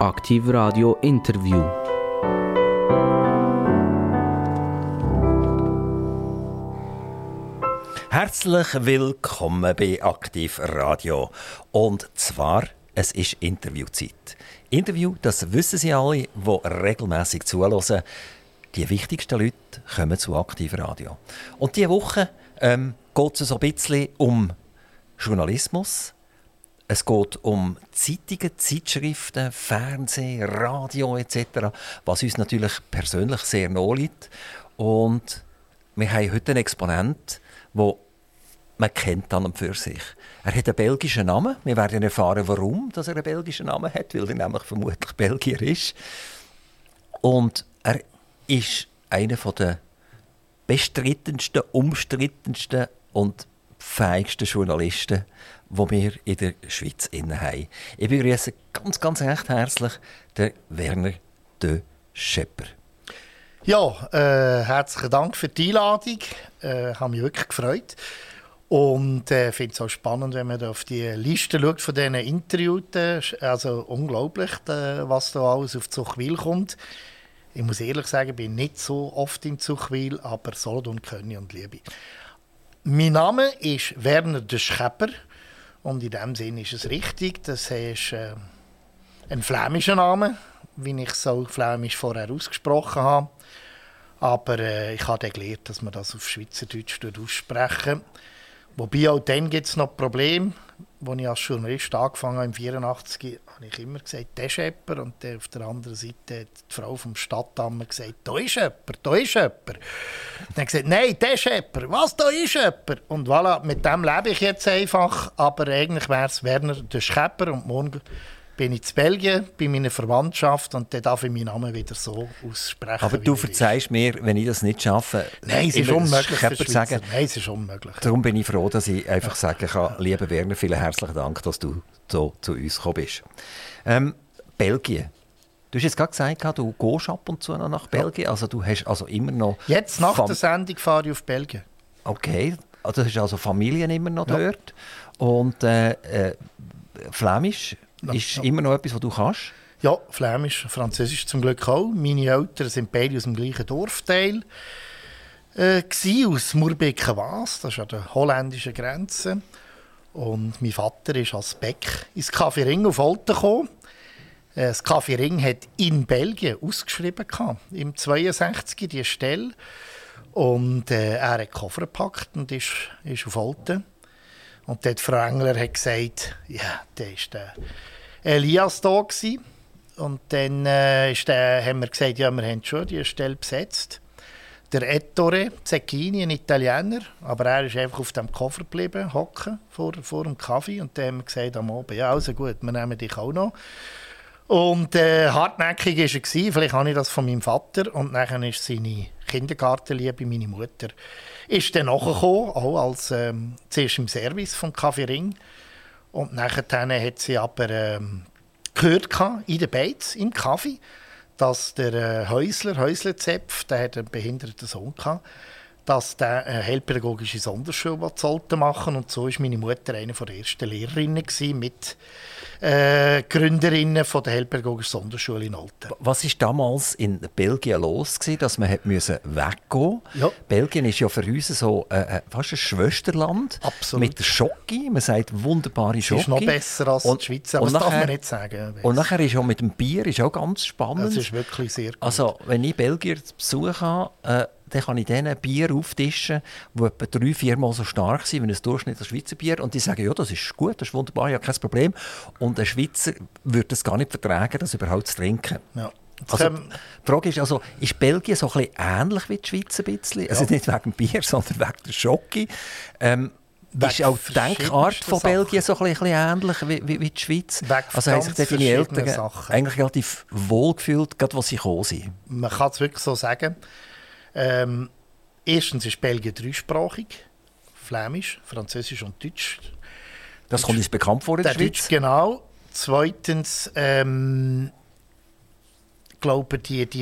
Aktiv Radio Interview. Herzlich willkommen bei Aktiv Radio. Und zwar, es ist Interviewzeit. Interview, das wissen Sie alle, die regelmässig zuhören. Die wichtigsten Leute kommen zu Aktiv Radio. Und diese Woche geht es so ein bisschen um Journalismus. Es geht um Zeitungen, Zeitschriften, Fernsehen, Radio etc., was uns natürlich persönlich sehr nahe liegt. Und wir haben heute einen Exponent, den man kennt an und für sich. Er hat einen belgischen Namen. Wir werden erfahren, warum er einen belgischen Namen hat, weil er nämlich vermutlich Belgier ist. Und er ist einer der bestrittensten, umstrittensten und fähigsten Journalisten, die wir in der Schweiz haben. Ich begrüße ganz recht herzlich den Werner de Schepper. Ja, herzlichen Dank für die Einladung. Ich habe mich wirklich gefreut. Und finde es auch spannend, wenn man da auf die Liste schaut von diesen Interviews. Also unglaublich, was da alles auf Zuchwil kommt. Ich muss ehrlich sagen, ich bin nicht so oft in Zuchwil, aber Solothurn kenne ich und liebe. Mein Name ist Werner de Schepper. Und in diesem Sinne ist es richtig. Das ist ein flämischer Name, wie ich so flämisch vorher ausgesprochen habe. Aber ich habe dann gelernt, dass man das auf Schweizerdeutsch aussprechen. Wobei auch dann gibt es noch Probleme. Als ich als Journalist angefangen habe, im 1984, habe ich immer gesagt, der Schepper. Und auf der anderen Seite hat die Frau vom Stadtamt gesagt, da ist jemand, da ist jemand. Und dann habe ich gesagt, nein, der Schepper, was, da ist jemand. Und voilà, mit dem lebe ich jetzt einfach. Aber eigentlich wäre es Werner de Schepper. Und morgen bin ich in Belgien bei meiner Verwandtschaft und dann darf ich meinen Namen wieder so aussprechen. Aber du verzeihst mir, wenn ich das nicht schaffe. Nein, es ist unmöglich für sagen. Nein, es ist unmöglich. Darum bin ich froh, dass ich einfach sagen kann, lieber Werner, vielen herzlichen Dank, dass du so zu uns gekommen bist. Belgien. Du hast jetzt gerade gesagt, du gehst ab und zu noch nach Belgien. Also du hast also immer noch... Jetzt nach der Sendung fahre ich auf Belgien. Okay, also du hast also Familien immer noch dort. Und Flämisch ist immer noch etwas, was du kannst? Ja, Flämisch, Französisch zum Glück auch. Meine Eltern sind beide aus dem gleichen Dorfteil. Aus Moerbeek-en-Waas, das ist an der holländischen Grenze. Und mein Vater ist als Bäck ins Café Ring auf Olten gekommen. Das Café Ring hat in Belgien ausgeschrieben, im 62 die Stelle. Und er hat Koffer gepackt und ist auf Olten. Und dort Frau Engler hat gesagt, ja, da war der Elias da gewesen. Und dann haben wir gesagt, ja, wir haben schon die Stelle besetzt. Der Ettore Zecchini, ein Italiener, aber er ist einfach auf dem Koffer geblieben, hocken vor dem Kaffee. Und dann haben wir gesagt am Abend, ja, also gut, wir nehmen dich auch noch. Und hartnäckig war er, vielleicht habe ich das von meinem Vater. Und dann ist seine Kindergartenliebe, meine Mutter, ist dann nachgekommen, auch als zuerst im Service vom Café Ring. Und nachher hat sie aber gehört in den Beiz, im Kaffee, dass der Häusler Zepf, der hat einen behinderten Sohn gehabt, dass der eine heilpädagogische Sonderschule machen sollte. Und so war meine Mutter eine der ersten Lehrerinnen mit Gründerinnen von der heilpädagogischen Sonderschule in Olten. Was war damals in Belgien los, dass man weggehen musste? Ja. Belgien ist ja für uns so fast ein Schwesterland. Absolut. Mit der Schoki. Man sagt wunderbare Schoki. Das ist noch besser als die Schweiz, aber das darf man nicht sagen. Und nachher ist auch mit dem Bier ist auch ganz spannend. Das ist wirklich sehr gut. Also, wenn ich Belgier zu Besuch habe, dann kann ich denen Bier auftischen, die etwa 3-4 Mal so stark sind wie ein durchschnittliches Schweizer Bier. Und die sagen, ja, das ist gut, das ist wunderbar, ja, kein Problem. Und ein Schweizer würde es gar nicht vertragen, das überhaupt zu trinken. Ja. Also, die Frage ist, also, ist Belgien so ein bisschen ähnlich wie die Schweiz? Ein bisschen? Also nicht wegen dem Bier, sondern wegen der Schoki. Ist auch die Denkart von Belgien so ein bisschen ähnlich wie die Schweiz? Also haben sich deine Eltern eigentlich relativ wohl gefühlt, gerade als sie gekommen sind? Man kann es wirklich so sagen. Erstens ist Belgien dreisprachig. Flämisch, Französisch und Deutsch. Das kommt uns bekannt vor in der Schweiz? Deutsch, genau. Zweitens, glaube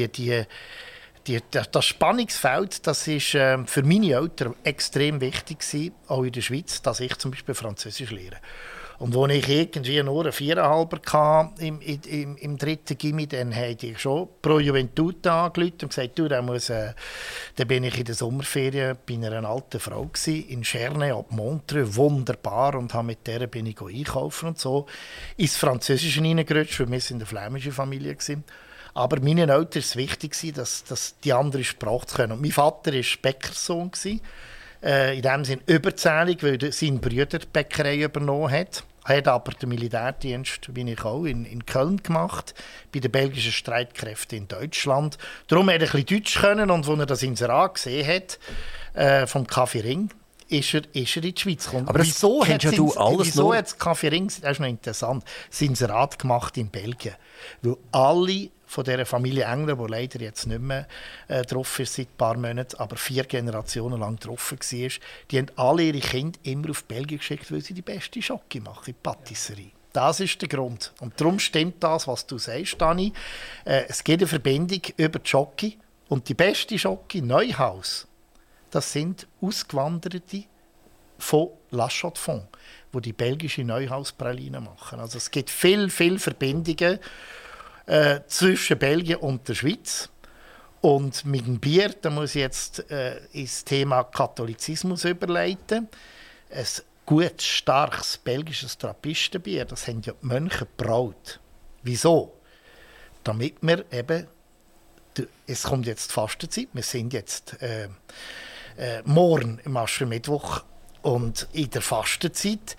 das Spannungsfeld, das ist für meine Eltern extrem wichtig gewesen, auch in der Schweiz, dass ich zum Beispiel Französisch lehre. Und als ich irgendwie nur einen 4,5 hatte im dritten Gimmi, dann habe ich schon Pro Juventud angerufen und gesagt, du, dann bin ich in der Sommerferien bei einer alten Frau gewesen, in Cherney ab Montreux, wunderbar, und mit der bin ich einkaufen und so ins Französische hineingerutscht, weil wir eine flämische Familie waren. Aber meinen Eltern war es wichtig, dass die andere Sprache zu können. Und mein Vater war Bäckersohn, in dem Sinne überzählig, weil sein Bruder die Bäckerei übernommen hat. Er hat aber den Militärdienst, wie ich auch, in Köln gemacht, bei den belgischen Streitkräften in Deutschland. Darum hat er ein bisschen Deutsch können, und als er das Inserat gesehen hat, vom Café Ring, ist er in die Schweiz gekommen. Aber wieso hat das Café Ring, das ist noch interessant, das Inserat gemacht in Belgien? Weil alle von dieser Familie Engler, die leider jetzt nicht mehr drauf ist seit ein paar Monaten, aber 4 Generationen lang drauf war, die haben alle ihre Kinder immer auf Belgien geschickt, weil sie die beste Schocke machen, die Patisserie. Das ist der Grund. Und darum stimmt das, was du sagst, Dani. Es gibt eine Verbindung über die Schocke. Und die beste Schocke, Neuhaus, das sind Ausgewanderte von La Chaux-de-Fonds, die belgische Neuhaus-Pralinen machen. Also es gibt viele Verbindungen zwischen Belgien und der Schweiz. Und mit dem Bier, da muss ich jetzt ins Thema Katholizismus überleiten. Ein gutes, starkes belgisches Trappistenbier, das haben ja die Mönche gebraut. Wieso? Damit wir eben, es kommt jetzt die Fastenzeit, wir sind jetzt morgen im Aschermittwoch. Und in der Fastenzeit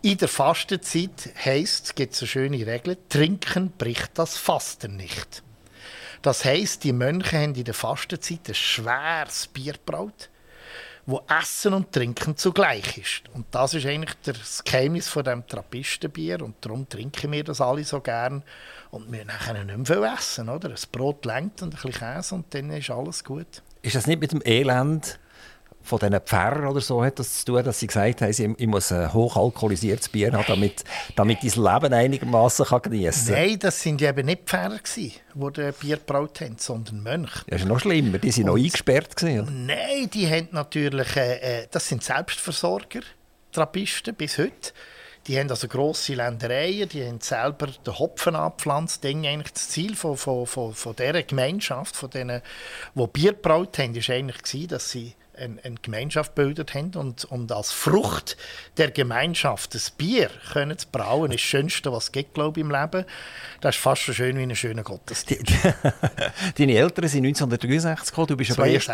heisst, es gibt eine schöne Regel, trinken bricht das Fasten nicht. Das heisst, die Mönche haben in der Fastenzeit ein schweres Bier gebraut, wo Essen und Trinken zugleich ist. Und das ist eigentlich das Geheimnis von dem Trappistenbier. Und darum trinken wir das alle so gern. Und wir können nicht mehr viel essen, oder? Ein Brot lenkt und ein bisschen Käse und dann ist alles gut. Ist das nicht mit dem Elend von diesen Pfarrern oder so hat das zu tun, dass sie gesagt haben, ich muss ein hochalkoholisiertes Bier haben, damit ich das Leben einigermaßen geniessen kann? Nein, das waren eben nicht Pfarrer, die das Bier gebraut haben, sondern Mönche. Das ist noch schlimmer, die waren noch eingesperrt. Oder? Nein, die haben natürlich, das sind Selbstversorger, Trappisten bis heute. Die haben also grosse Ländereien, die haben selber den Hopfen angepflanzt. Eigentlich das Ziel von dieser Gemeinschaft, von denen, die Bier gebraut haben, war eigentlich, dass sie eine Gemeinschaft gebildet haben und als Frucht der Gemeinschaft das Bier können zu brauen, ist das Schönste, was es gibt, glaube ich, im Leben. Das ist fast so schön wie ein schöner Gottesdienst. Deine Eltern sind 1963 gekommen, du bist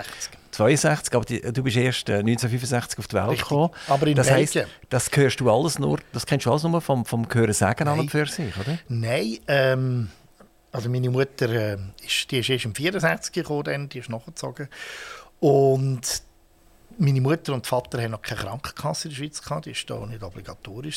62, aber du bist erst 1965 auf die Welt gekommen. Aber in das Belgien. Heisst, das kennst du alles nur vom Hören sagen an und für sich, oder? Nein, also meine Mutter die ist erst im 64 gekommen, die ist nachgezogen. Und meine Mutter und Vater haben noch keine Krankenkasse in der Schweiz gehabt, die war da nicht obligatorisch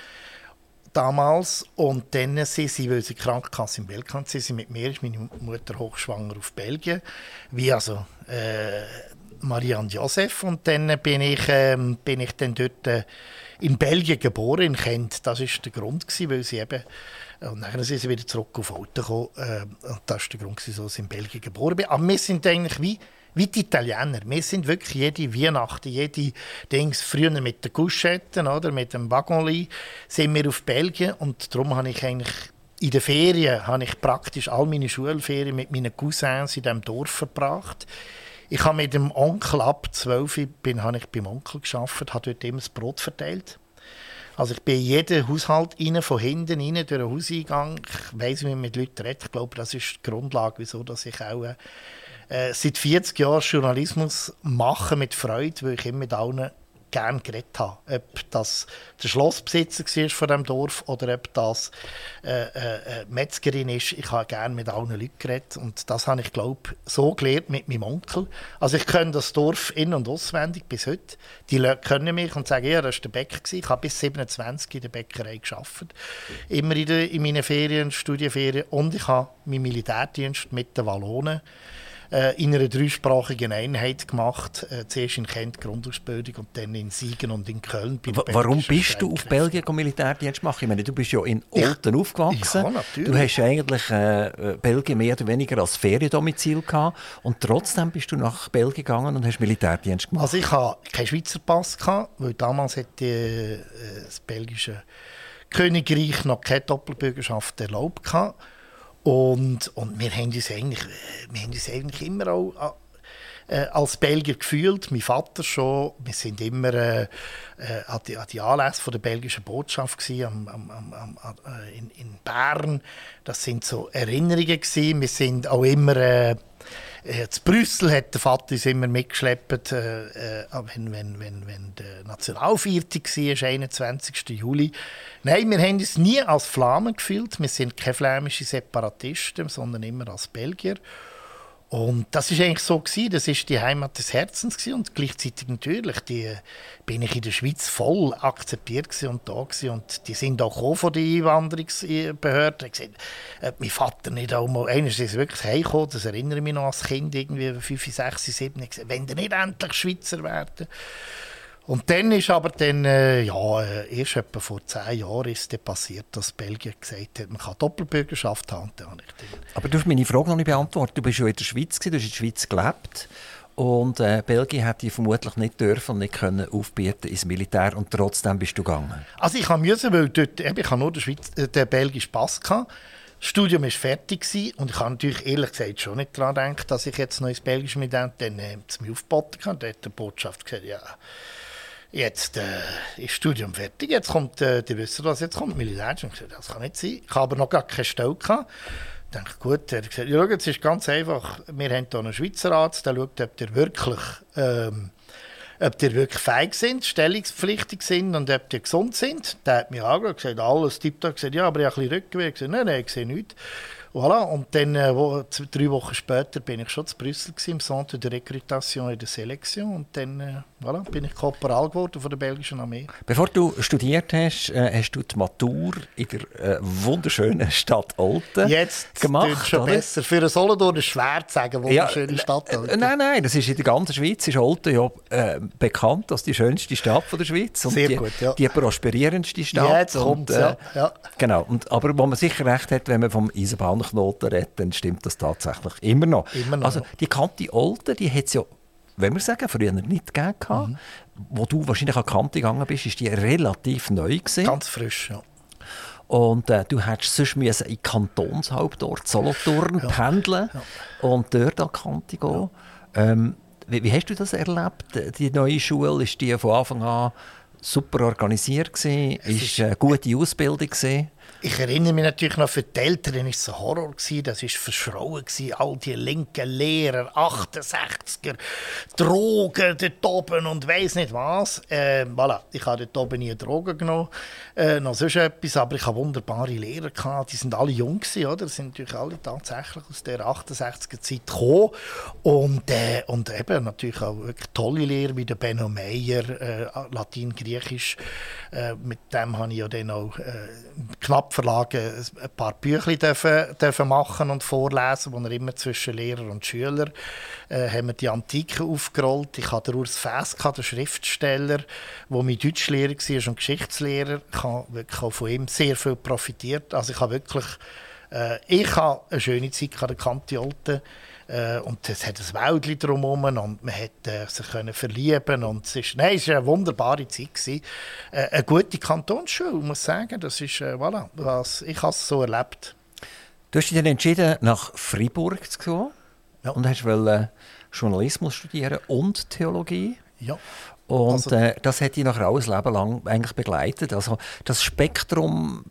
damals. Und dann sind sie, weil sie die Krankenkasse in Belgien hatten, sind mit mir, ist meine Mutter hochschwanger auf Belgien, wie also Marianne Joseph. Und dann bin ich dann dort in Belgien geboren, in Gent. Das war der Grund, weil sie eben. Und dann sind sie wieder zurück auf Alten gekommen. Und das war der Grund, wieso ich in Belgien geboren bin. Aber wir sind eigentlich wie die Italiener. Wir sind wirklich jede Weihnachten, jede Dings, früher mit den Couchetten oder mit dem Wagonli, sind wir auf Belgien. Und darum habe ich eigentlich in den Ferien praktisch all meine Schulferien mit meinen Cousins in diesem Dorf verbracht. Ich habe mit dem Onkel ab 12 habe ich beim Onkel gearbeitet, habe dort immer das Brot verteilt. Also ich bin in jeden Haushalt rein, von hinten rein, durch den Hauseingang. Ich weiss, wie man mit Leuten redet. Ich glaube, das ist die Grundlage, wieso dass ich auch seit 40 Jahren Journalismus mache mit Freude, weil ich immer mit allen gerne geredet habe. Ob das der Schlossbesitzer war von diesem Dorf oder ob das Metzgerin ist. Ich habe gerne mit allen Leuten geredet. Und das habe ich, glaube ich, so gelernt mit meinem Onkel. Also ich kenne das Dorf in- und auswendig bis heute. Die Leute kennen mich und sagen, ja, das war der Bäcker. Ich habe bis 27 in der Bäckerei gearbeitet. Immer in meinen Ferien, Studienferien. Und ich habe meinen Militärdienst mit den Wallonen in einer 3-sprachigen Einheit gemacht. Zuerst in Gent Grundausbildung und dann in Siegen und in Köln. Warum bist du auf Belgien Militärdienst machen? Ich meine, du bist ja in Olten aufgewachsen. Ja, natürlich. Du hast eigentlich Belgien mehr oder weniger als Feriendomizil gehabt und trotzdem bist du nach Belgien gegangen und hast Militärdienst gemacht. Also ich hatte keinen Schweizer Pass, weil damals hat das belgische Königreich noch keine Doppelbürgerschaft erlaubt gehabt. Und wir haben uns eigentlich immer auch als Belgier gefühlt. Mein Vater schon. Wir sind immer an die Anlässe der belgischen Botschaft gewesen, in Bern. Das sind so Erinnerungen gewesen. Wir sind auch immer zu Brüssel hat der Vater uns immer mitgeschleppt, wenn der Nationalviertel war, 21. Juli. Nein, wir haben uns nie als Flamen gefühlt. Wir sind keine flämische Separatisten, sondern immer als Belgier. Und das war eigentlich so gewesen. Das war die Heimat des Herzens gewesen. Und gleichzeitig natürlich bin ich in der Schweiz voll akzeptiert und da gewesen. Und die sind auch von den Einwanderungsbehörden. Ich gesagt, mein Vater nicht auch mal einerseits wirklich heimgekommen. Das erinnere ich mich noch als Kind, irgendwie 5, 6, 7. Ich gesagt, wenn ihr nicht endlich Schweizer werden. Und dann ist aber erst etwa vor 10 Jahren ist passiert, dass Belgien gesagt hat, man kann Doppelbürgerschaft haben. Aber du hast meine Frage noch nicht beantwortet. Du bist ja in der Schweiz, du hast in der Schweiz gelebt. Und Belgien hätte vermutlich nicht dürfen und nicht können aufbieten ins Militär. Und trotzdem bist du gegangen. Also ich musste, weil dort, ich nur den belgischen Pass hatte. Das Studium war fertig und ich habe natürlich ehrlich gesagt schon nicht daran gedacht, dass ich jetzt noch ins belgische Militär dann es mir aufgeboten kann. Da hat die Botschaft gesagt, ja, jetzt ist das Studium fertig, jetzt kommt, die wissen das, jetzt kommt Militär. Ich habe gesagt, das kann nicht sein. Ich habe aber noch gar keine Stelle gehabt. Ich dachte, gut, er hat gesagt, ja, es ist ganz einfach, wir haben hier einen Schweizer Arzt, der schaut, ob ihr wirklich fähig sind, stellungspflichtig sind und ob die gesund sind. Der hat mich angeschaut und gesagt, alles tiptop. Gesagt, ja, aber ich habe ein bisschen Rückenweh. Ich habe gesagt, nein, ich sehe nichts. Voilà. Und dann, 3 Wochen später, bin ich schon zu Brüssel im Centre de Recrutation et de Sélection. Und dann bin ich Korporal geworden von der belgischen Armee. Bevor du studiert hast, hast du die Matur in der wunderschönen Stadt Olten jetzt gemacht. Jetzt schon oder? Besser. Für einen Solothurner ist es schwer zu sagen, wunderschöne Stadt Olten. Nein, das ist in der ganzen Schweiz ist Olten ja bekannt als die schönste Stadt von der Schweiz. Und sehr gut, ja. Die prosperierendste Stadt. Ja, jetzt kommt es, ja. Genau, aber wo man sicher recht hat, wenn man vom Eisenbahnknoten redet, dann stimmt das tatsächlich immer noch. Also die Kante Olten, die hat es ja, wenn wir sagen, früher nicht gegeben. Mhm. Wo du wahrscheinlich an die Kante gegangen bist, ist die relativ neu gewesen. Ganz frisch, ja. Und du hättest sonst in den Kantonshauptort Solothurn pendeln und dort an die Kante gehen. Ja. Wie hast du das erlebt? Die neue Schule, ist die von Anfang an super organisiert gewesen? Ist eine gute Ausbildung gewesen? Ich erinnere mich natürlich noch, für die Eltern war es ein Horror. Das war verschrauen. All die linken Lehrer, 68er, Drogen dort oben und weiss nicht was. Voilà. Ich habe dort oben nie Drogen genommen, noch sonst etwas, aber ich hatte wunderbare Lehrer gehabt. Die waren alle jung, oder? Das sind natürlich alle tatsächlich aus der 68er-Zeit gekommen. Und eben natürlich auch wirklich tolle Lehrer wie der Benno Meyer, Latein, Griechisch. Mit dem habe ich ja dann auch knapp Verlage ein paar Bücher dürfen machen und vorlesen, wo er immer zwischen Lehrer und Schüler haben wir die Antike aufgerollt. Ich hatte Urs Fäss, den Schriftsteller, der mein Deutschlehrer war und Geschichtslehrer. Ich habe wirklich auch von ihm sehr viel profitiert. Also ich habe wirklich eine schöne Zeit an der Kante Olten. Und es hat ein Wäldchen drumherum und man konnte sich verlieben. Und es war eine wunderbare Zeit gewesen. Eine gute Kantonsschule, muss ich sagen. Das ist, voilà, ich habe es so erlebt. Du hast dich dann entschieden, nach Freiburg zu gehen und wolltest Journalismus studieren und Theologie. Ja. Und das hat dich nachher auch ein Leben lang eigentlich begleitet. Also das Spektrum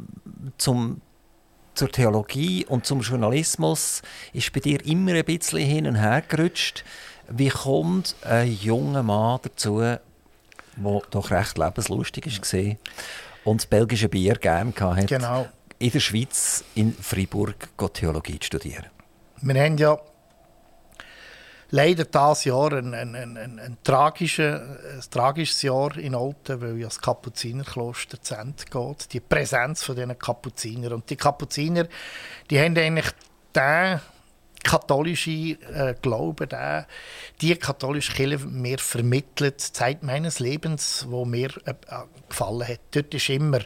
zur Theologie und zum Journalismus ist bei dir immer ein bisschen hin und her gerutscht. Wie kommt ein junger Mann dazu, der doch recht lebenslustig war und das belgische Bier gerne hatte, genau, in der Schweiz, in Freiburg, Theologie zu studieren? Wir haben ja leider dieses Jahr ein tragisches Jahr in Olten, weil ja das Kapuzinerkloster zu Ende geht. Die Präsenz von diesen Kapuziner. Und die Kapuziner, die haben eigentlich den katholischen Glauben, die katholische Kirche mir vermittelt, die Zeit meines Lebens, wo mir gefallen hat. Dort ist mir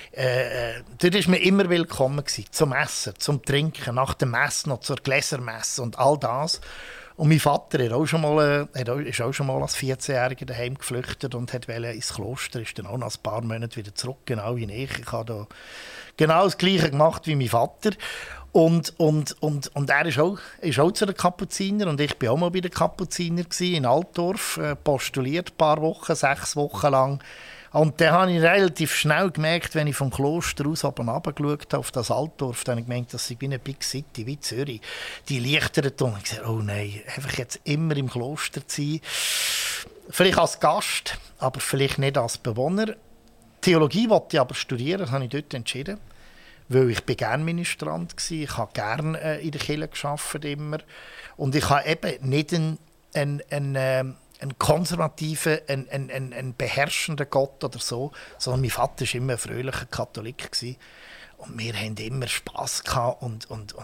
immer willkommen gewesen, zum Essen, zum Trinken, nach dem Essen noch zur Gläsermesse und all das. Und mein Vater ist auch schon mal als 14-Jähriger daheim geflüchtet und wollte ins Kloster, ist dann auch nach ein paar Monaten wieder zurück, genau wie ich. Ich habe da genau das Gleiche gemacht wie mein Vater. Und er ist auch zu den Kapuziner und ich war auch mal bei den Kapuziner in Altdorf, postuliert ein paar Wochen, 6 Wochen lang. Und dann habe ich relativ schnell gemerkt, wenn ich vom Kloster aus oben runtergeschaut habe auf das Altdorf, dann habe ich gemerkt, das ist wie eine Big City, wie Zürich. Die Lichter da. Und ich gesagt, oh nein, einfach jetzt immer im Kloster zu sein. Vielleicht als Gast, aber vielleicht nicht als Bewohner. Theologie wollte ich aber studieren, das habe ich dort entschieden. Weil ich gerne Ministrant war, ich habe gerne in der Kirche gearbeitet immer. Und ich habe eben nicht einen konservativen, einen beherrschenden Gott oder so, sondern mein Vater war immer ein fröhlicher Katholik. Und wir hatten immer Spass gehabt und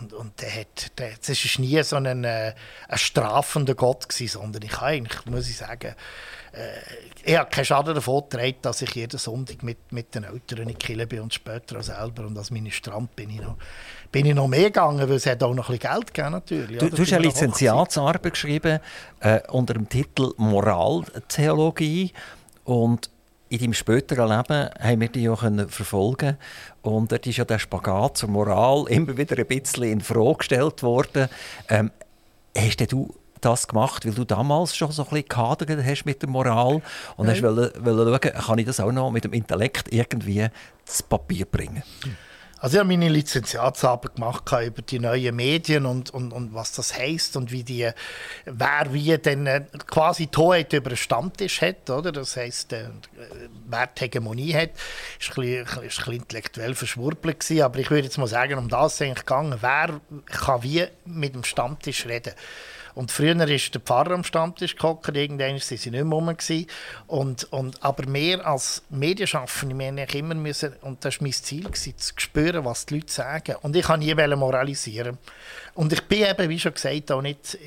das war nie so ein strafender Gott gewesen, sondern ich habe eigentlich, muss ich sagen, ich habe keinen Schaden davon getragen, dass ich jeden Sonntag mit den Eltern in die Kirche bin und später auch selber. Und als Ministrant bin ich noch mehr gegangen, weil es hat auch noch ein bisschen Geld gegeben, natürlich. Du hast eine Lizenziatsarbeit geschrieben unter dem Titel Moraltheologie. Und in deinem späteren Leben haben wir dich auch verfolgen. Und dort ist ja der Spagat zur Moral immer wieder ein bisschen in Frage gestellt worden. Hast du das gemacht, weil du damals schon so ein bisschen gehadert hast mit der Moral und hast wollen schauen, kann ich das auch noch mit dem Intellekt irgendwie zu Papier bringen? Also ich habe meine Lizenziatsarbeit gemacht über die neuen Medien und was das heisst und wer wie denn quasi die Hoheit über den Stammtisch hat, oder? Das heisst, wer die Hegemonie hat, ist ein bisschen intellektuell verschwurbelt gewesen, aber ich würde jetzt mal sagen, um das ist eigentlich gegangen, wer kann wie mit dem Stammtisch reden. Und früher ist der Pfarrer am Stammtisch gehockt, irgendwann waren sie nicht mehr rum. Aber mehr als Medienschaffende, wir mussten immer müssen, und das war mein Ziel, zu spüren, was die Leute sagen. Und ich kann nie moralisieren. Und ich bin eben, wie schon gesagt, auch nicht...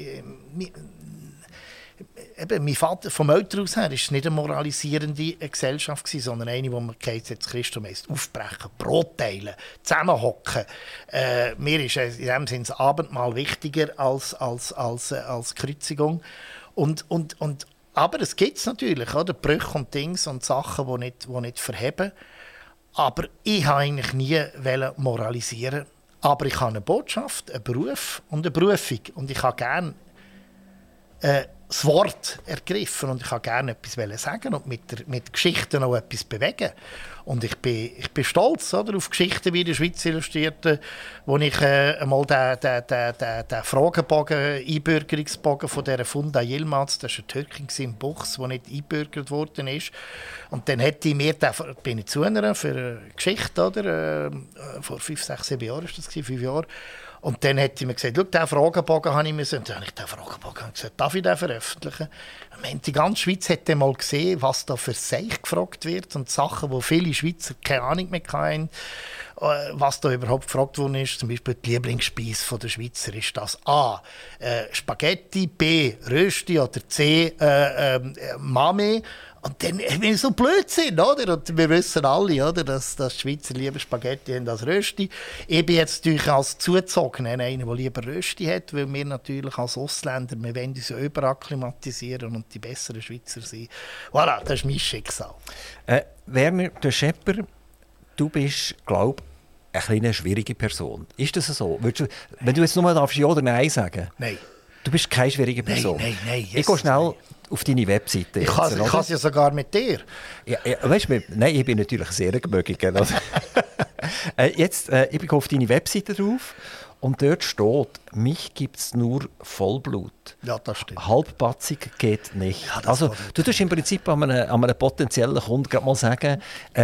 mein Vater, vom Elternhaus her, war es nicht eine moralisierende Gesellschaft, sondern eine, wo man jetzt Christus heisst, aufbrechen, Brot teilen, zusammenhocken. Mir ist in dem Sinne das Abendmahl wichtiger als Kreuzigung. Aber es gibt natürlich, oder? Brüche und Dings und Sachen, die nicht verheben. Aber ich wollte eigentlich nie moralisieren. Aber ich habe eine Botschaft, einen Beruf und eine Berufung. Und ich habe gerne das Wort ergriffen und ich wollte gerne etwas sagen und mit Geschichten auch etwas bewegen. Und ich bin stolz, oder, auf Geschichten wie die Schweiz Illustrierte, wo ich einmal den Fragebogen, Einbürgerungsbogen von dieser Funda Yilmaz, das war eine Türkin in Buchs, die nicht eingebürgert worden ist. Und dann bin ich zu einer für eine Geschichte, oder, vor 5, 6, 7 Jahren war das, 5 Jahre. Und dann hat mir gesagt, schau, diesen Fragebogen habe ich müssen. Und dann habe ich diesen Fragebogen gesagt, darf ich den veröffentlichen? Und die ganze Schweiz hat dann mal gesehen, was da für sich gefragt wird und Sachen, wo viele Schweizer keine Ahnung mehr hatten, was da überhaupt gefragt worden ist. Zum Beispiel die Lieblingsspeise der Schweizer ist das A. Spaghetti, B. Rösti oder C. Mame. Und dann bin ich so Blödsinn, oder? Und wir wissen alle, oder, dass die Schweizer lieber Spaghetti haben als Rösti. Ich bin jetzt natürlich als Zugezogener einer, der lieber Rösti hat, weil wir natürlich als Ausländer, wir wollen uns ja überakklimatisieren und die besseren Schweizer sein. Voilà, das ist mein Schicksal. Werner de Schepper, du bist, glaube ich, eine schwierige Person. Ist das so? Wenn du jetzt nur mal Ja oder Nein sagen? Nein. Du bist keine schwierige Person. Nein. Ich gehe schnell auf deine Webseite. Ich kann es ja sogar mit dir. Ja, weißt du, nein, ich bin natürlich sehr gemögig. Ich gehe auf deine Webseite drauf und dort steht, mich gibt es nur Vollblut. Ja, das stimmt. Halbpatzig geht nicht. Ja, also, du tust im Prinzip an einem potenziellen Kunden gerade mal sagen,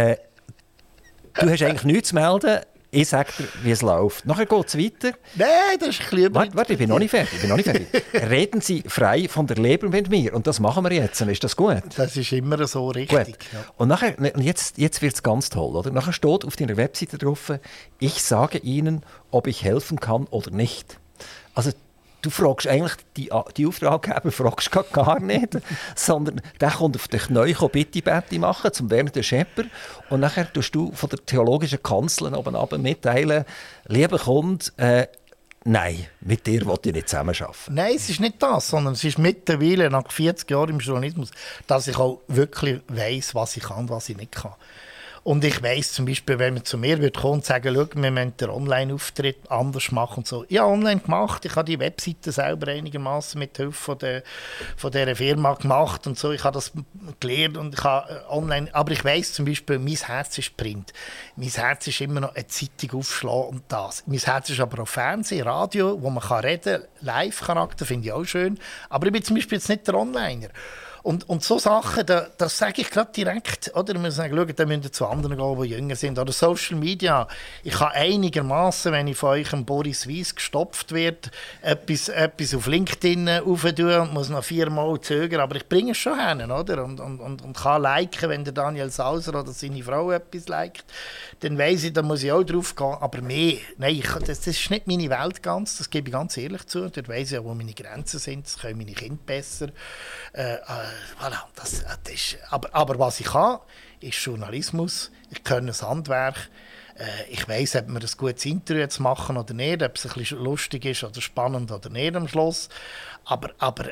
du hast eigentlich nichts zu melden. Ich sage dir, wie es läuft. Nachher geht es weiter. Nein, das ist ein bisschen... Warte, ich bin noch nicht fertig. Reden Sie frei von der Leber mit mir. Und das machen wir jetzt. Ist das gut? Das ist immer so richtig. Ja. Und nachher, jetzt wird es ganz toll. Oder? Nachher steht auf deiner Webseite drauf, ich sage Ihnen, ob ich helfen kann oder nicht. Also, du fragst eigentlich, die Auftraggeber fragst gar nicht, sondern der kommt auf dich neu Bitte machen, zum Werner de Schepper. Und nachher tust du von der theologischen Kanzel oben runter mitteilen, lieber Kunde, Nein, mit dir will ich nicht zusammenarbeiten. Nein, es ist nicht das, sondern es ist mittlerweile nach 40 Jahren im Journalismus, dass ich auch wirklich weiss, was ich kann und was ich nicht kann. Und ich weiss zum Beispiel, wenn man zu mir kommen und sagen, schau, wir müssen den Online-Auftritt anders machen und so. Ich habe online gemacht, ich habe die Webseite selber einigermaßen mit Hilfe von dieser Firma gemacht und so. Ich habe das gelernt und ich habe online, aber ich weiss zum Beispiel, mein Herz ist Print. Mein Herz ist immer noch eine Zeitung aufschlagen und das. Mein Herz ist aber auch Fernsehen, Radio, wo man reden kann, Live-Charakter finde ich auch schön. Aber ich bin zum Beispiel jetzt nicht der Onliner. Und so Sachen, das sage ich gerade direkt. Oder? Wir sagen, schau, da müssen wir zu anderen gehen, die jünger sind. Oder Social Media. Ich kann einigermaßen, wenn ich von euch Boris Weiss gestopft wird, etwas auf LinkedIn auftun und muss noch 4-mal zögern. Aber ich bringe es schon hin, oder? Und kann liken, wenn der Daniel Sauser oder seine Frau etwas liked. Dann weiss ich, da muss ich auch drauf gehen. Aber mehr, nein, das ist nicht meine Welt ganz. Das gebe ich ganz ehrlich zu. Dort weiss ich auch, wo meine Grenzen sind. Das können meine Kinder besser. Voilà, das ist, aber was ich kann, ist Journalismus. Ich kann ein Handwerk. Ich weiss, ob wir ein gutes Interview jetzt machen oder nicht, ob es ein bisschen lustig ist oder spannend oder nicht am Schluss. Aber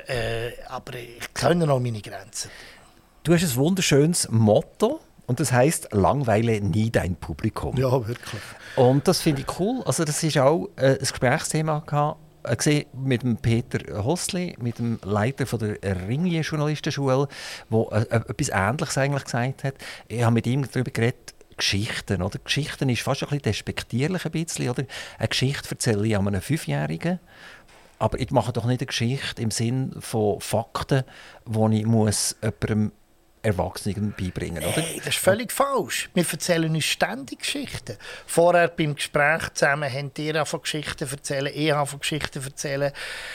ich kenne auch meine Grenzen. Du hast ein wunderschönes Motto. Und das heisst, langweile nie dein Publikum. Ja, wirklich. Und das finde ich cool. Also das ist auch ein Gesprächsthema gehabt. Mit dem Peter Hossli, mit dem Leiter von der Ringier Journalistenschule, der etwas Ähnliches eigentlich gesagt hat. Ich habe mit ihm darüber geredet, Geschichten. Oder? Geschichten ist fast ein bisschen despektierlich. Ein bisschen, oder? Eine Geschichte erzähle ich an einem 5-Jährigen. Aber ich mache doch nicht eine Geschichte im Sinn von Fakten, die ich jemandem Erwachsenen beibringen, oder? Hey, das ist völlig falsch. Wir erzählen uns ständig Geschichten. Vorher beim Gespräch zusammen haben ihr von Geschichten erzählen, ich habe von Geschichten erzählen.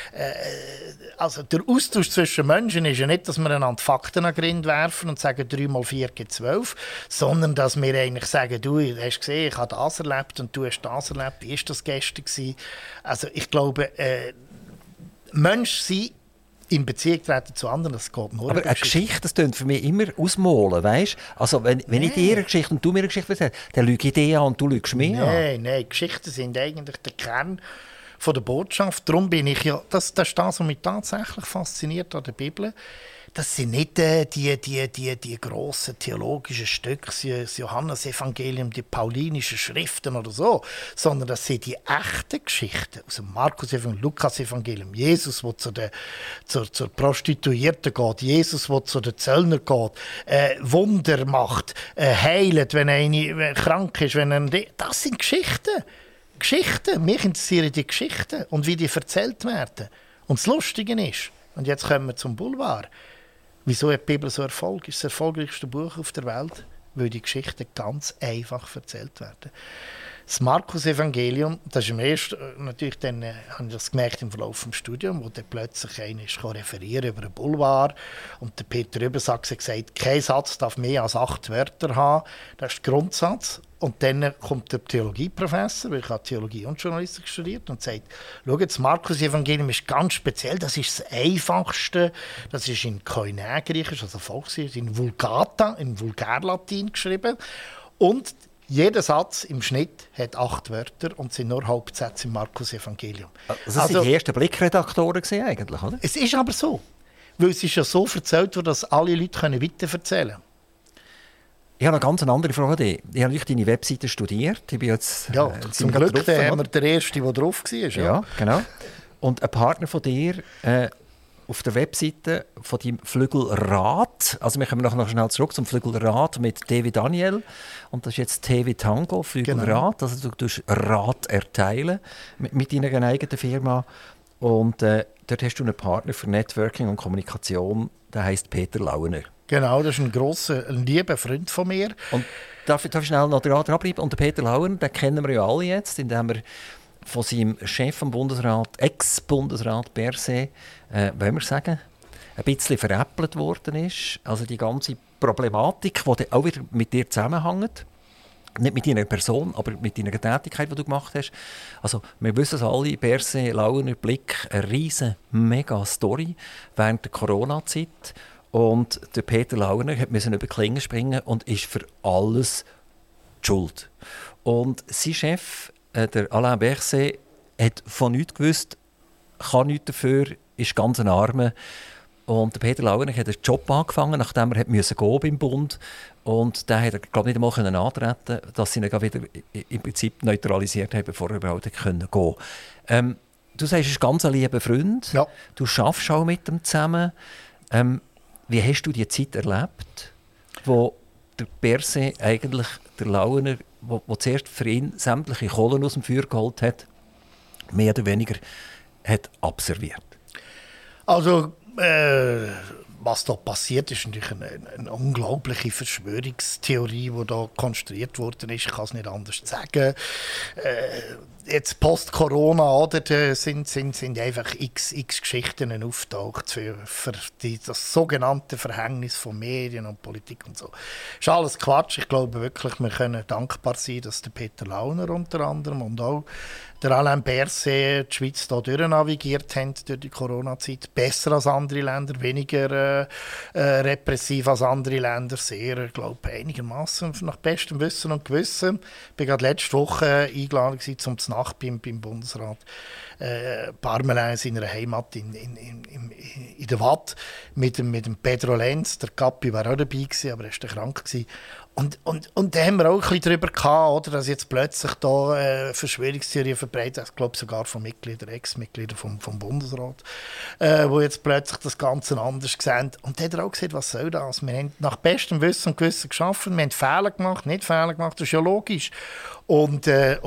Also der Austausch zwischen Menschen ist ja nicht, dass wir einander Fakten an den Grind werfen und sagen, 3 mal 4 gibt 12, sondern dass wir eigentlich sagen, du hast gesehen, ich habe das erlebt und du hast das erlebt. Wie war das gestern gewesen? Also ich glaube, Mensch sein in Beziehung treten zu anderen, das geht nur. Aber eine Geschichte, das klingt für mich immer ausmalen, weißt? Also wenn ich dir eine Geschichte und du mir eine Geschichte erzählst, dann lüge ich dich an und du lügst mich an. Nein, Geschichten sind eigentlich der Kern von der Botschaft. Darum bin ich ja, das ist das, was mich tatsächlich fasziniert an der Bibel. Das sind nicht die grossen theologischen Stücke, das Johannesevangelium, die paulinischen Schriften oder so, sondern das sind die echten Geschichten aus dem Markus-Evangelium, Lukas-Evangelium. Jesus, der zur Prostituierten geht, Jesus, der zu den Zöllnern geht, Wunder macht, heilt, wenn einer krank ist. Das sind Geschichten. Geschichten. Mich interessieren die Geschichten und wie die erzählt werden. Und das Lustige ist, und jetzt kommen wir zum Boulevard, wieso hat die Bibel so Erfolg? Es ist das erfolgreichste Buch auf der Welt, weil die Geschichten ganz einfach erzählt werden. Das Markus-Evangelium, das ist im ersten, natürlich dann, habe ich das gemerkt im Verlauf des Studiums, wo dann plötzlich einer ist referieren über einen Boulevard und der Peter Übersachs hat gesagt, kein Satz darf mehr als 8 Wörter haben. Das ist der Grundsatz. Und dann kommt der Theologieprofessor, weil ich habe Theologie und Journalistik studiert, und sagt, schau, das Markus-Evangelium ist ganz speziell, das ist das Einfachste, das ist in Koine-Griechisch, also Volksgriechisch, in Vulgata, in Vulgärlatin geschrieben. Und jeder Satz im Schnitt hat 8 Wörter und sind nur Hauptsätze im Markus-Evangelium. Das waren die ersten Blickredaktoren eigentlich, oder? Es ist aber so, weil es ist ja so erzählt worden, dass alle Leute weiterverzählen können. Ich habe eine ganz andere Frage. Ich habe deine Webseite studiert. Ich bin jetzt, zum Glück haben wir den Ersten, der drauf war. Ja, genau. Und ein Partner von dir auf der Webseite von deinem Flügelrad, also wir kommen noch schnell zurück zum Flügelrad mit David Daniel. Und das ist jetzt TV Tango, Flügelrad. Genau. Also du tust Rad erteilen mit deiner eigenen Firma. Und dort hast du einen Partner für Networking und Kommunikation, der heisst Peter Launer. Genau, das ist ein lieber Freund von mir. Und darf ich schnell noch dranbleiben? Und den Peter Launer, den kennen wir ja alle jetzt, indem er von seinem Chef vom Bundesrat, Ex-Bundesrat Berset, wollen wir sagen, ein bisschen veräppelt worden ist. Also die ganze Problematik, die auch wieder mit dir zusammenhängt. Nicht mit deiner Person, aber mit deiner Tätigkeit, die du gemacht hast. Also, wir wissen es alle, Berset, Launer, Blick, eine riesen, mega Story während der Corona-Zeit. Und der Peter Launer musste über die Klinge springen und ist für alles die Schuld. Und sein Chef, der Alain Berset, hat von nichts gewusst, kann nichts dafür, ist ganz ein Armer. Und der Peter Launer hat einen Job angefangen, nachdem er musste gehen beim Bund. Und den hat er, glaube ich, nicht einmal antreten, dass sie ihn wieder im Prinzip neutralisiert haben, bevor er überhaupt gehen konnte. Du sagst, er ist ganz ein lieber Freund. Ja. Du arbeitest auch mit ihm zusammen. Wie hast du die Zeit erlebt, wo der Berse eigentlich, der Launer, wo zuerst für ihn sämtliche Kohlen aus dem Feuer geholt hat, mehr oder weniger hat abserviert? Also, was da passiert, ist natürlich eine unglaubliche Verschwörungstheorie, die da konstruiert worden ist. Ich kann es nicht anders sagen. Jetzt post-Corona, oder, da sind einfach x Geschichten auftaucht für das sogenannte Verhängnis von Medien und Politik und so. Das ist alles Quatsch. Ich glaube wirklich, wir können dankbar sein, dass der Peter Launer unter anderem und auch der Alain Berset die Schweiz hier durchnavigiert haben durch die Corona-Zeit. Besser als andere Länder, weniger repressiv als andere Länder. Sehr, glaube einigermaßen nach bestem Wissen und Gewissen. Ich war gerade letzte Woche eingeladen zum Nacht beim Bundesrat. Parmelin in seiner Heimat in der Watt mit dem Pedro Lenz. Der Capi war auch dabei gewesen, aber er war krank gewesen. Und da haben wir auch ein bisschen darüber gehabt, oder, dass jetzt plötzlich da Verschwörungstheorien verbreitet, ich glaube sogar von Mitgliedern, Ex-Mitgliedern vom Bundesrat, wo jetzt plötzlich das Ganze anders sehen. Und da hat er auch gesagt, was soll das? Wir haben nach bestem Wissen und Gewissen geschaffen, wir haben Fehler gemacht, nicht Fehler gemacht, das ist ja logisch. Und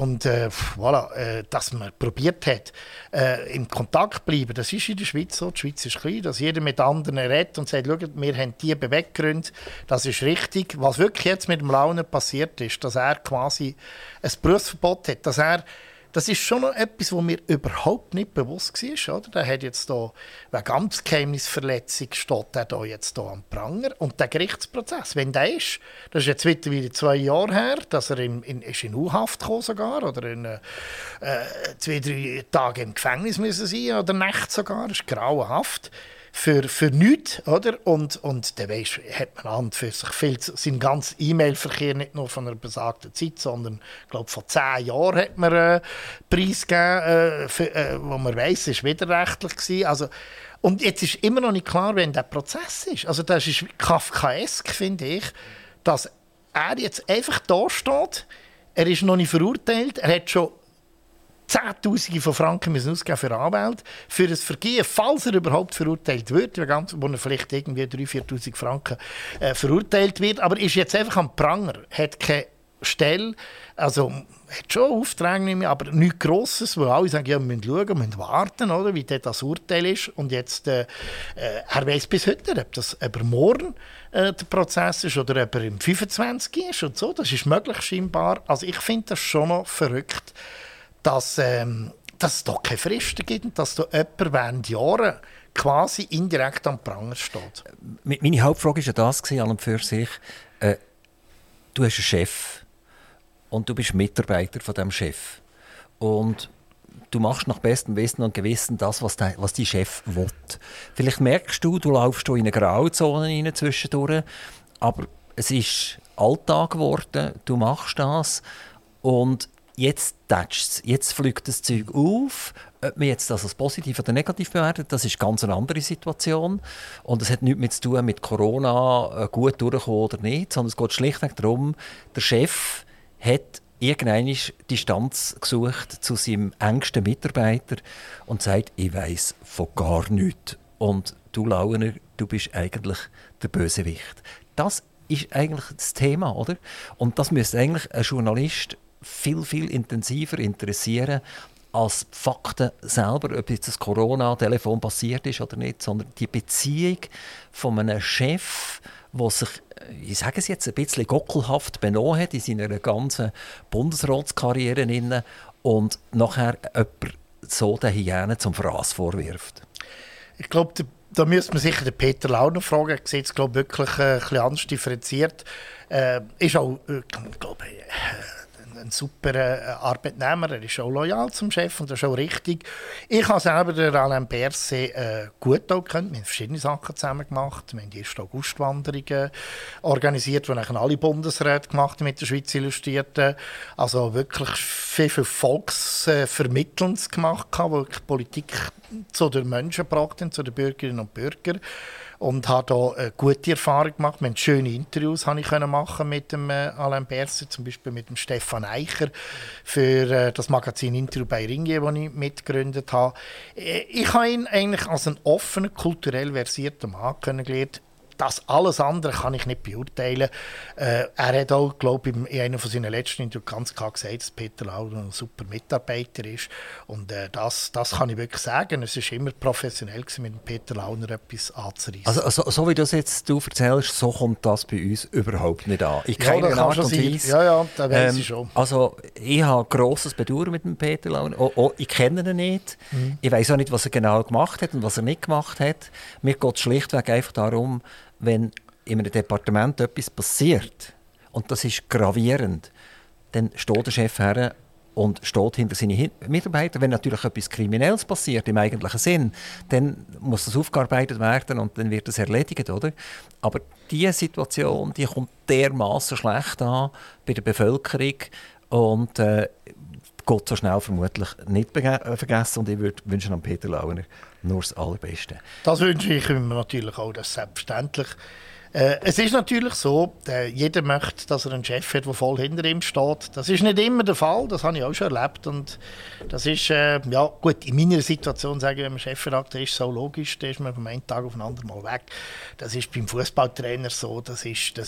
voilà, dass man probiert hat, in Kontakt zu bleiben, das ist in der Schweiz so. Die Schweiz ist klein, dass jeder mit anderen redet und sagt, schaut, wir haben diese Beweggründe, das ist richtig. Was wirklich jetzt mit dem Launer passiert ist, dass er quasi ein Berufsverbot hat, das ist schon noch etwas, was mir überhaupt nicht bewusst war. Oder? Der hat jetzt hier, wegen Amtsgeheimnisverletzung steht er da jetzt hier am Pranger. Und der Gerichtsprozess, wenn der ist, das ist jetzt mittlerweile 2 Jahre her, dass er in U-Haft kam sogar, oder in 2-3 Tage im Gefängnis müssen sein, oder Nächte sogar, das ist grauenhaft. Für nichts, oder? Und dann hat man an und für sich seinen ganzen E-Mail-Verkehr nicht nur von einer besagten Zeit, sondern ich glaube, vor 10 Jahren hat man preisgegeben, wo man weiss, es war widerrechtlich gewesen. Also, und jetzt ist immer noch nicht klar, wenn der Prozess ist. Also das ist kafkaesk, finde ich, dass er jetzt einfach da steht. Er ist noch nicht verurteilt, er hat schon Zehntausende von Franken müssen ausgeben für Anwälte, für ein Vergehen, falls er überhaupt verurteilt wird, wo er vielleicht irgendwie 3'000, 4'000 Franken verurteilt wird, aber ist jetzt einfach am Pranger, hat keine Stelle, also hat schon Aufträge nicht mehr, aber nichts Grosses, wo alle sagen, ja, wir müssen schauen, wir müssen warten, oder, wie das Urteil ist. Und jetzt, er weiss bis heute nicht, ob er morgen der Prozess ist oder ob er im 25 ist und so. Das ist möglich scheinbar. Also ich finde das schon noch verrückt, dass es da keine Fristen gibt und dass da jemand während Jahren quasi indirekt am Pranger steht. Meine Hauptfrage war ja das, an und für sich. Du hast einen Chef und du bist Mitarbeiter von diesem Chef. Und du machst nach bestem Wissen und Gewissen das, was dein Chef will. Vielleicht merkst du laufst in eine Grauzone rein zwischendurch, aber es ist Alltag geworden, du machst das und jetzt tätscht es, jetzt fliegt das Zeug auf. Ob man jetzt das als positiv oder negativ bewertet, das ist ganz eine andere Situation. Und es hat nichts mehr zu tun mit Corona, gut durchkommen oder nicht, sondern es geht schlichtweg darum, der Chef hat irgendwann Distanz gesucht zu seinem engsten Mitarbeiter und sagt, ich weiss von gar nichts. Und du, Launer, du bist eigentlich der Bösewicht. Das ist eigentlich das Thema, oder? Und das müsste eigentlich ein Journalist viel, viel intensiver interessieren als die Fakten selber, ob jetzt das Corona-Telefon passiert ist oder nicht, sondern die Beziehung von einem Chef, der sich, ich sage es jetzt, ein bisschen gockelhaft benommen hat in seiner ganzen Bundesratskarriere und nachher jemand so den Hyänen zum Fraß vorwirft. Ich glaube, da müsste man sicher den Peter Launer fragen. Er sieht es, wirklich ein bisschen anders differenziert. Ist auch, glaube ich, ein super Arbeitnehmer, er ist auch loyal zum Chef und das ist auch richtig. Ich habe selber den Alain Berset gut auch gekannt. Wir haben verschiedene Sachen zusammen gemacht. Wir haben die 1. August-Wanderungen organisiert, die eigentlich alle Bundesräte gemacht haben mit der Schweiz Illustrierten. Also wirklich viel Volksvermittelndes gemacht, wo wirklich Politik zu den Menschen gebracht haben, zu den Bürgerinnen und Bürgern. Und habe hier eine gute Erfahrung gemacht. Wir haben schöne Interviews machen mit dem Alain Berset, zum Beispiel mit dem Stefan Eicher für das Magazin Interview bei Ringier, das ich mitgegründet habe. Ich habe ihn eigentlich als einen offenen, kulturell versierten Mann kennengelernt. Das alles andere kann ich nicht beurteilen. Er hat auch, glaube ich, in einem seiner letzten Interviews ganz klar gesagt, dass Peter Launer ein super Mitarbeiter ist. Und das kann ich wirklich sagen. Es war immer professionell, mit dem Peter Launer etwas anzureissen. Also, so wie du das jetzt erzählst, so kommt das bei uns überhaupt nicht an. Ich kenne ihn Art und Weise. Ja, das weiss ich schon. Also, ich habe grosses Bedauern mit dem Peter Launer. Ich kenne ihn nicht. Ich weiss auch nicht, was er genau gemacht hat und was er nicht gemacht hat. Mir geht es schlichtweg einfach darum, wenn in einem Departement etwas passiert, und das ist gravierend, dann steht der Chef her und steht hinter seinen Mitarbeitern. Wenn natürlich etwas Kriminelles passiert, im eigentlichen Sinn, dann muss das aufgearbeitet werden und dann wird das erledigt, oder? Aber diese Situation, die kommt dermaßen schlecht an bei der Bevölkerung und geht so schnell vermutlich nicht vergessen. Und ich würde wünschen an Peter Launer nur das Allerbeste. Das wünsche ich ihm natürlich auch, das selbstverständlich. Es ist natürlich so, jeder möchte, dass er einen Chef hat, der voll hinter ihm steht. Das ist nicht immer der Fall, das habe ich auch schon erlebt. Und das ist, ja gut, in meiner Situation, sage ich, wenn man Chefredakteur ist, so logisch, da ist man von einem Tag auf den anderen mal weg. Das ist beim Fußballtrainer so, das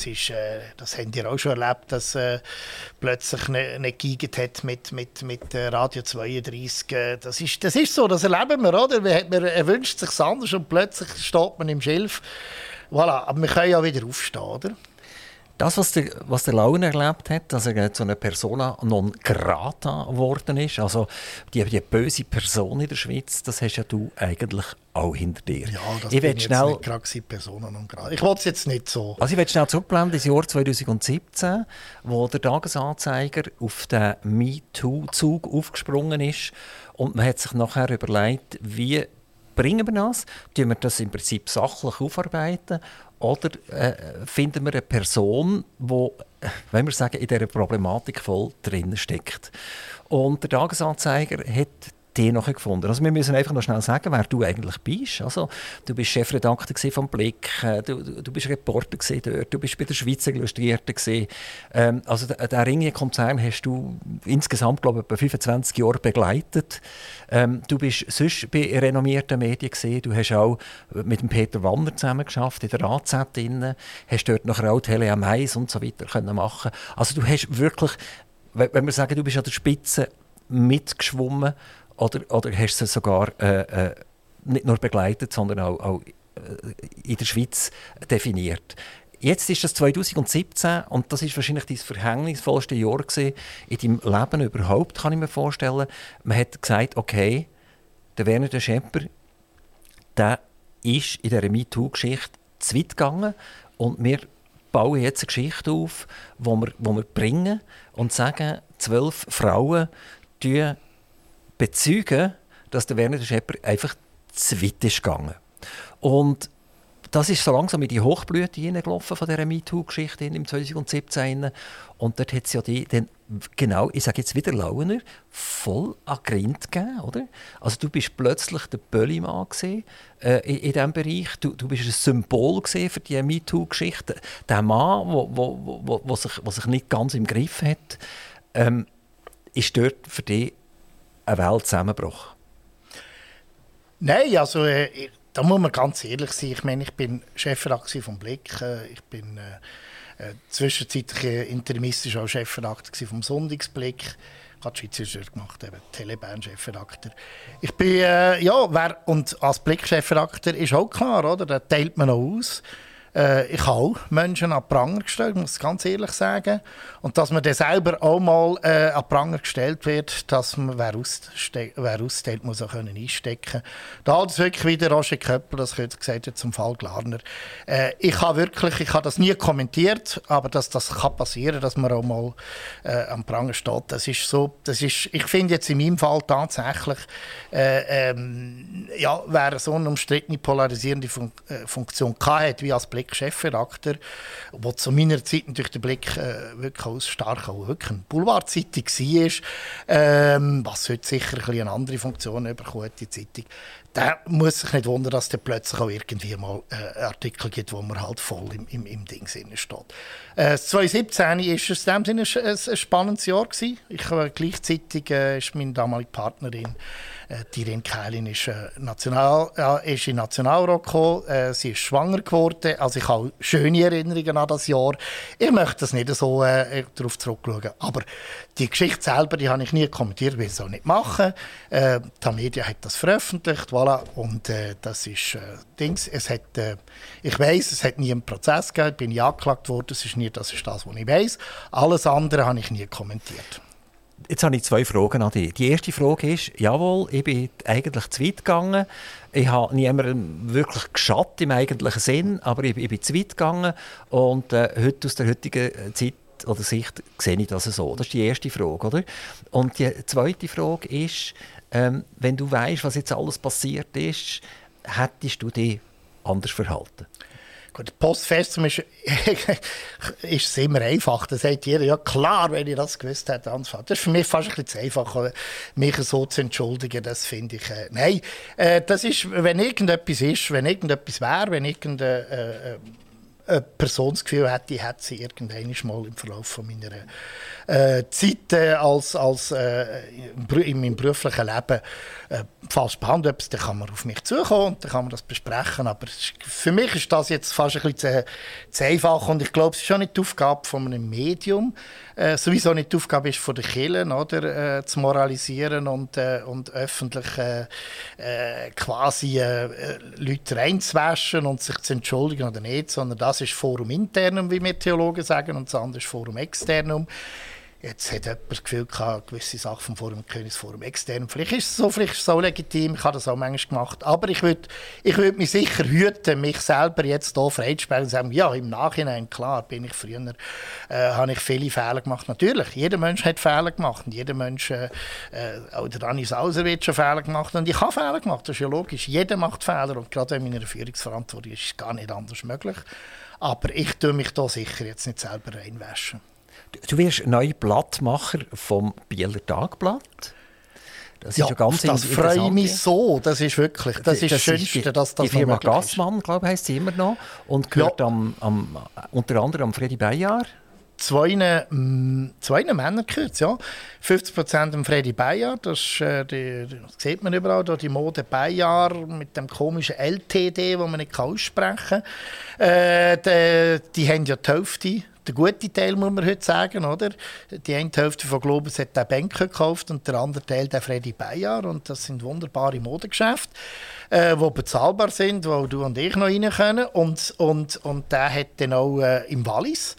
habt ihr auch schon erlebt, dass plötzlich nicht geigert hat mit Radio 32. Das ist so, das erleben wir, oder? Man wünscht sich anders und plötzlich steht man im Schilf. Voilà, aber wir können ja wieder aufstehen, oder? Das, was der Launer erlebt hat, dass er zu einer Persona non grata geworden ist, also die böse Person in der Schweiz, das hast ja du eigentlich auch hinter dir. Ja, das ich bin jetzt schnell, nicht gerade Persona non grata. Ich will es jetzt nicht so. Also ich will schnell zurückblenden ins Jahr 2017, wo der Tagesanzeiger auf den MeToo-Zug aufgesprungen ist und man hat sich nachher überlegt, wie bringen wir das? Tun wir das im Prinzip sachlich aufarbeiten? Oder finden wir eine Person, die, wenn wir sagen, in dieser Problematik voll drin steckt? Und der Tagesanzeiger hat die noch gefunden. Also wir müssen einfach noch schnell sagen, wer du eigentlich bist. Also, du bist Chefredakteur vom Blick, du bist Reporter dort, du bist bei der Schweizer Illustrierten. Also den Ringier-Konzern hast du insgesamt, glaube ich, etwa 25 Jahre begleitet. Du bist sonst bei renommierten Medien gewesen. Du hast auch mit dem Peter Wanner zusammen geschafft in der AZ innen, hast dort nachher auch Tele am Mais und so weiter können machen. Also du hast wirklich, wenn wir sagen, du bist an der Spitze mitgeschwommen, oder hast du sie sogar nicht nur begleitet, sondern auch in der Schweiz definiert. Jetzt ist das 2017 und das ist wahrscheinlich dein verhängnisvollste Jahr gewesen in deinem Leben überhaupt, kann ich mir vorstellen. Man hat gesagt, okay, der Werner de Schepper, der ist in dieser MeToo-Geschichte zu weit gegangen und wir bauen jetzt eine Geschichte auf, wo wir bringen und sagen, 12 Frauen bezeugen, dass der Werner de Schepper einfach zu weit ist gegangen. Und das ist so langsam in die Hochblüte hineingelaufen von dieser MeToo-Geschichte im 2017. Und dort hat es ja die, dann, genau, ich sage jetzt wieder Launer, voll an Grind gegeben, oder? Also du bist plötzlich der Böllimann in diesem Bereich. Du bist ein Symbol für die MeToo-Geschichte. Der Mann, der sich nicht ganz im Griff hat, ist dort für dich ein Weltzusammenbruch? Nein, also da muss man ganz ehrlich sein. Ich meine, ich bin Chefredakteur vom Blick. Ich bin zwischenzeitlich interimistisch auch Chefredakteur vom Sonntagsblick. Ich habe die Schweizer gemacht, eben Telebahn-Chefredakteur. Ich bin, und als Blick-Chefredakteur ist auch klar, oder? Da teilt man noch aus. Ich habe auch Menschen an Pranger gestellt, muss ich ganz ehrlich sagen. Und dass man dann selber auch mal an Pranger gestellt wird, dass man, wer ausstellt, muss auch einstecken können. Da hat es wirklich wieder Roger Köppel, das gesagt hat, zum Fall Glarner. Ich habe das nie kommentiert, aber dass das kann passieren, dass man auch mal am Pranger steht, ich finde jetzt in meinem Fall tatsächlich, wer so eine umstrittene polarisierende Funktion hatte, wie als Blick-Chefredakteur, wo zu meiner Zeit natürlich der Blick wirklich wirklich eine Boulevardzeitung war, was heute sicher eine andere Funktion bekommt, die Zeitung. Da muss sich nicht wundern, dass es plötzlich auch irgendwie mal Artikel gibt, wo man halt voll im Ding steht. 2017 war es in dem Sinne ein spannendes Jahr. Gleichzeitig ist meine damalige Partnerin, die Irene Kählin, ist in den Nationalrat gekommen. Sie ist schwanger geworden. Also ich habe schöne Erinnerungen an das Jahr. Ich möchte das nicht so darauf zurückschauen. Aber die Geschichte selber, die habe ich nie kommentiert, will ich es auch nicht machen. Die Media hat das veröffentlicht. Voilà. Und das ist Dings. Ich weiss, es hat nie einen Prozess gegeben, bin ich angeklagt worden. Das ist das, was ich weiss. Alles andere habe ich nie kommentiert. Jetzt habe ich 2 Fragen an dich. Die erste Frage ist, jawohl, ich bin eigentlich zu weit gegangen. Ich habe niemandem wirklich geschadet im eigentlichen Sinn, aber ich bin zu weit gegangen. Und heute aus der heutigen Zeit oder Sicht sehe ich das so. Das ist die erste Frage, oder? Und die zweite Frage ist, wenn du weißt, was jetzt alles passiert ist, hättest du dich anders verhalten? Gut, Postfestum ist es immer einfach. Da sagt jeder, ja klar, wenn ich das gewusst hätte. Das ist für mich fast ein bisschen zu einfach, mich so zu entschuldigen. Das finde ich... nein, das ist, wenn irgendetwas wäre, wenn irgendeine Person das Gefühl hätte, hätte sie irgendwann mal im Verlauf von meiner Zeit in meinem beruflichen Leben falsch behandelt, dann kann man auf mich zukommen und dann kann man das besprechen. Aber für mich ist das jetzt fast ein bisschen zu einfach und ich glaube, es ist schon nicht die Aufgabe von einem Medium, sowieso nicht die Aufgabe ist von den Kirchen, oder, zu moralisieren und öffentlich quasi Leute reinzuwaschen und sich zu entschuldigen oder nicht, sondern das ist Forum internum, wie wir Theologen sagen, und das andere ist Forum externum. Jetzt hat jemand das Gefühl gehabt, gewisse Sachen vom Forum Königsforum extern. Vielleicht ist es so legitim, ich habe das auch manchmal gemacht. Aber ich würd mich sicher hüten, mich selber jetzt hier freizustellen und sagen, ja, im Nachhinein, klar, bin ich früher, habe ich viele Fehler gemacht. Natürlich, jeder Mensch hat Fehler gemacht. Und jeder Mensch, auch der Dani Sauser wird schon Fehler gemacht. Und ich habe Fehler gemacht, das ist ja logisch. Jeder macht Fehler. Und gerade wenn in einer Führungsverantwortung ist es gar nicht anders möglich. Aber ich tue mich da sicher jetzt nicht selber reinwaschen. Du wirst neuer Blattmacher vom Bieler Tagblatt. Das ist ganz das freut mich so. Das ist wirklich das Schönste, dass das die Firma Gassmann, glaube ich, heisst sie immer noch. Und gehört unter anderem Fredi Beyyar. Zwei Männern gehört es, ja. 50% dem Fredi Beyyar, das sieht man überall, die Mode Beyyar mit dem komischen LTD, das man nicht aussprechen kann. Die haben ja die Hälfte. Der gute Teil, muss man heute sagen, oder? Die eine Hälfte von Globus hat den Banker gekauft und der andere Teil der Fredi Beyyar. Und das sind wunderbare Modegeschäfte, die bezahlbar sind, wo du und ich noch rein können. Und der hat dann auch im Wallis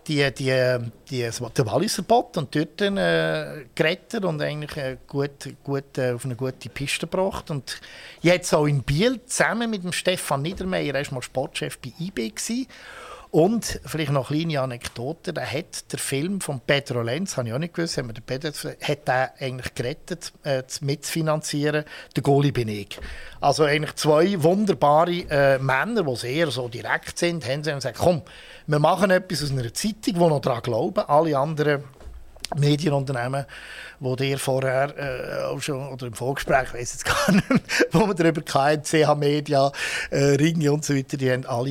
den Walliser Bot und dort gerettet und eigentlich auf eine gute Piste gebracht. Und jetzt auch in Biel zusammen mit dem Stefan Niedermeyer, er war mal Sportchef bei IB gewesen. Und vielleicht noch eine kleine Anekdote, der hat der Film von Pedro Lenz, habe ich auch nicht gewusst, hat der eigentlich gerettet, mitzufinanzieren, der Goalie bin ich. Also eigentlich 2 wunderbare Männer, die sehr so direkt sind, haben sie gesagt, komm, wir machen etwas aus einer Zeitung, die noch daran glauben, alle anderen Medienunternehmen, wo dir vorher auch schon, oder im Vorgespräch, ich weiss jetzt gar nicht, wo wir darüber hatten, CH Media, Ringe und so weiter, die haben alle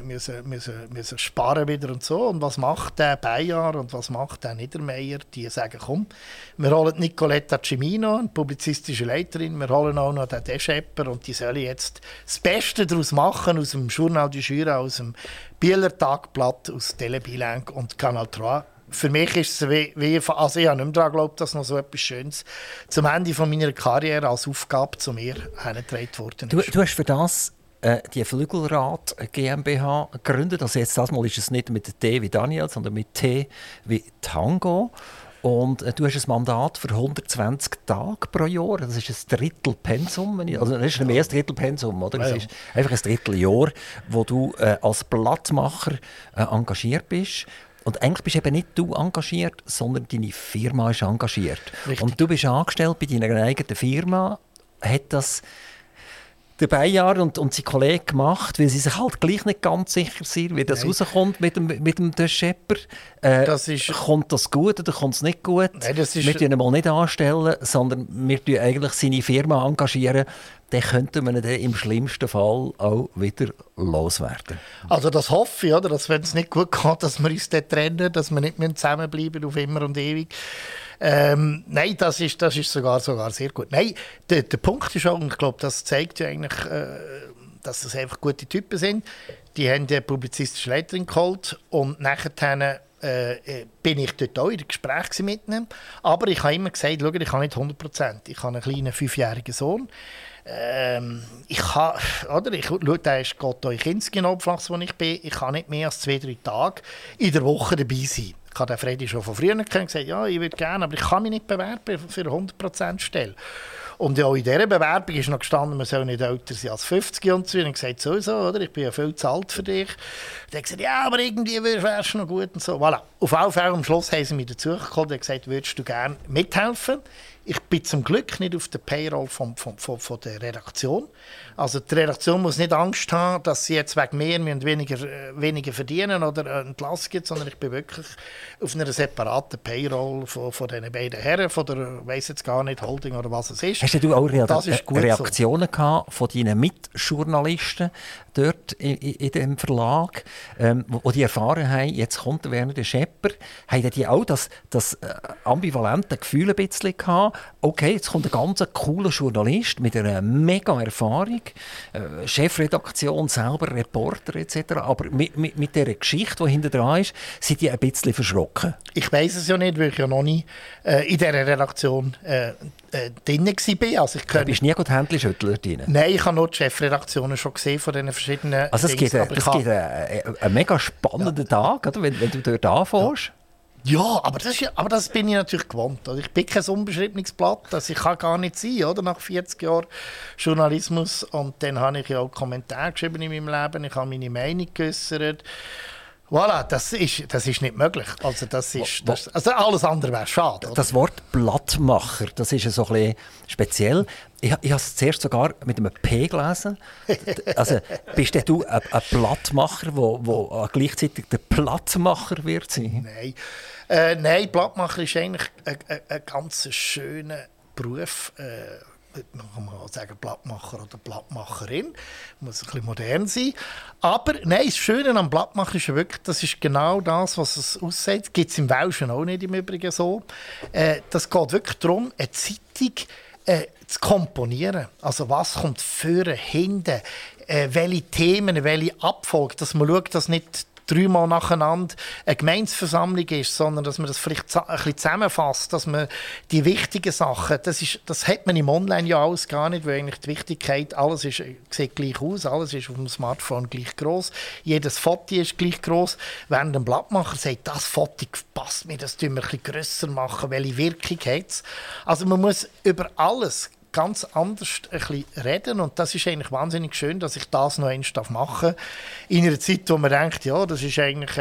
müssen sparen wieder und so. Und was macht der Beyyar und was macht der Niedermeyer? Die sagen, komm, wir holen Nicoletta Cimino, eine publizistische Leiterin, wir holen auch noch den Deschepper und die sollen jetzt das Beste daraus machen aus dem Journal du Jura, aus dem Bieler Tagblatt, aus Télé Bilingue und Canal 3. Für mich ist es also ich habe nicht mehr daran geglaubt, dass noch so etwas Schönes zum Ende von meiner Karriere als Aufgabe zu mir hergetragen worden ist. Du hast für das die Flügelrad GmbH gegründet. Also jetzt das Mal ist es nicht mit T wie Daniel, sondern mit T wie Tango. Und du hast ein Mandat für 120 Tage pro Jahr. Das ist ein Drittel Pensum. Also das ist nicht mehr ein Drittel Pensum, oder? Das ist einfach ein Drittel Jahr, wo du als Blattmacher engagiert bist. Und eigentlich bist eben nicht du engagiert, sondern deine Firma ist engagiert. Richtig. Und du bist angestellt bei deiner eigenen Firma. Hat das der Beyer und sein Kollege gemacht, weil sie sich halt gleich nicht ganz sicher sind, wie das rauskommt mit dem De Schepper. Kommt das gut oder kommt es nicht gut? Nein, wir tun ihn mal nicht anstellen, sondern wir tun eigentlich seine Firma engagieren. Dann könnte man ihn im schlimmsten Fall auch wieder loswerden. Also das hoffe ich, oder? Dass, wenn es nicht gut geht, dass wir uns dann trennen, dass wir nicht mehr zusammenbleiben auf immer und ewig. Nein, das ist sogar sehr gut. Nein, der Punkt ist auch, und ich glaube, das zeigt ja eigentlich, dass das einfach gute Typen sind. Die haben die publizistische Leiterin geholt und nachher bin ich dort auch in einem Gespräch mit ihnen. Aber ich habe immer gesagt, schau, ich habe nicht 100%. Ich habe einen kleinen 5-jährigen Sohn. Der geht euch ins Genopflachs, wo ich bin. Ich kann nicht mehr als 2-3 Tage in der Woche dabei sein. Ich habe den Freddy schon von früher gesagt, ja, ich würde gerne, aber ich kann mich nicht bewerben für eine 100% Stelle. Und ja, in dieser Bewerbung ist noch gestanden, man soll nicht älter sein als 50 und so. Und ich gesagt, sowieso, oder? Ich bin ja viel zu alt für dich. Und er hat gesagt, ja, aber irgendwie wärst du noch gut und so. Voilà. Auf jeden Fall am Schluss haben sie mich dazugekommen und gesagt, würdest du gerne mithelfen? Ich bin zum Glück nicht auf der Payroll von der Redaktion. Also die Redaktion muss nicht Angst haben, dass sie jetzt wegen mir weniger verdienen oder Entlassung gibt, sondern ich bin wirklich auf einer separaten Payroll von diesen beiden Herren, von der, weiss jetzt gar nicht, Holding oder was es ist. Hast du auch Reaktionen gehabt von deinen Mitjournalisten dort in dem Verlag, die erfahren haben, jetzt kommt der Werner De Schepper, haben die auch das ambivalente Gefühl ein bisschen gehabt, okay, jetzt kommt ein ganz cooler Journalist mit einer mega Erfahrung, Chefredaktion, selber Reporter etc., aber mit dieser Geschichte, die hinter dran ist, sind die ein bisschen verschrocken? Ich weiss es ja nicht, weil ich ja noch nie in dieser Redaktion drin war. Also du bist nie die Hände schütteln drin? Nein, ich habe nur die Chefredaktionen schon gesehen von diesen verschiedenen Also es gibt einen mega spannenden Tag, oder, wenn du dort anfängst. Ja, aber das bin ich natürlich gewohnt. Also ich bin kein unbeschriebenes Blatt, das ich kann gar nicht sein, oder? Nach 40 Jahren Journalismus. Und dann habe ich ja auch Kommentare geschrieben in meinem Leben, ich habe meine Meinung geäußert. Voilà, das ist nicht möglich. Also, also alles andere wäre schade. Oder? Das Wort Blattmacher, das ist so ein bisschen speziell. Ich habe es zuerst sogar mit einem P gelesen. Also, bist du ein Blattmacher, der gleichzeitig der Plattmacher wird sein? Nein, Blattmacher ist eigentlich ein ganz schöner Beruf. Man kann mal sagen Blattmacher oder Blattmacherin, muss ein bisschen modern sein. Aber nein, das Schöne am Blattmachen ist ja wirklich, das ist genau das, was es aussieht. Das gibt es im Welschen auch nicht im Übrigen so. Das geht wirklich darum, eine Zeitung zu komponieren. Also was kommt vorne, hinten, welche Themen, welche Abfolge, dass man schaut, dass nicht 3-mal nacheinander eine Gemeinsversammlung ist, sondern dass man das vielleicht ein bisschen zusammenfasst, dass man die wichtigen Sachen, das hat man im Online ja alles gar nicht, weil eigentlich die Wichtigkeit, alles sieht gleich aus, alles ist auf dem Smartphone gleich groß, jedes Foto ist gleich groß, während ein Blattmacher sagt, das Foto passt mir, das tun wir ein bisschen grösser machen, welche Wirkung hat es. Also man muss über alles ganz anders ein bisschen reden und das ist eigentlich wahnsinnig schön, dass ich das noch einmal machen darf. In einer Zeit, wo man denkt, ja, das ist eigentlich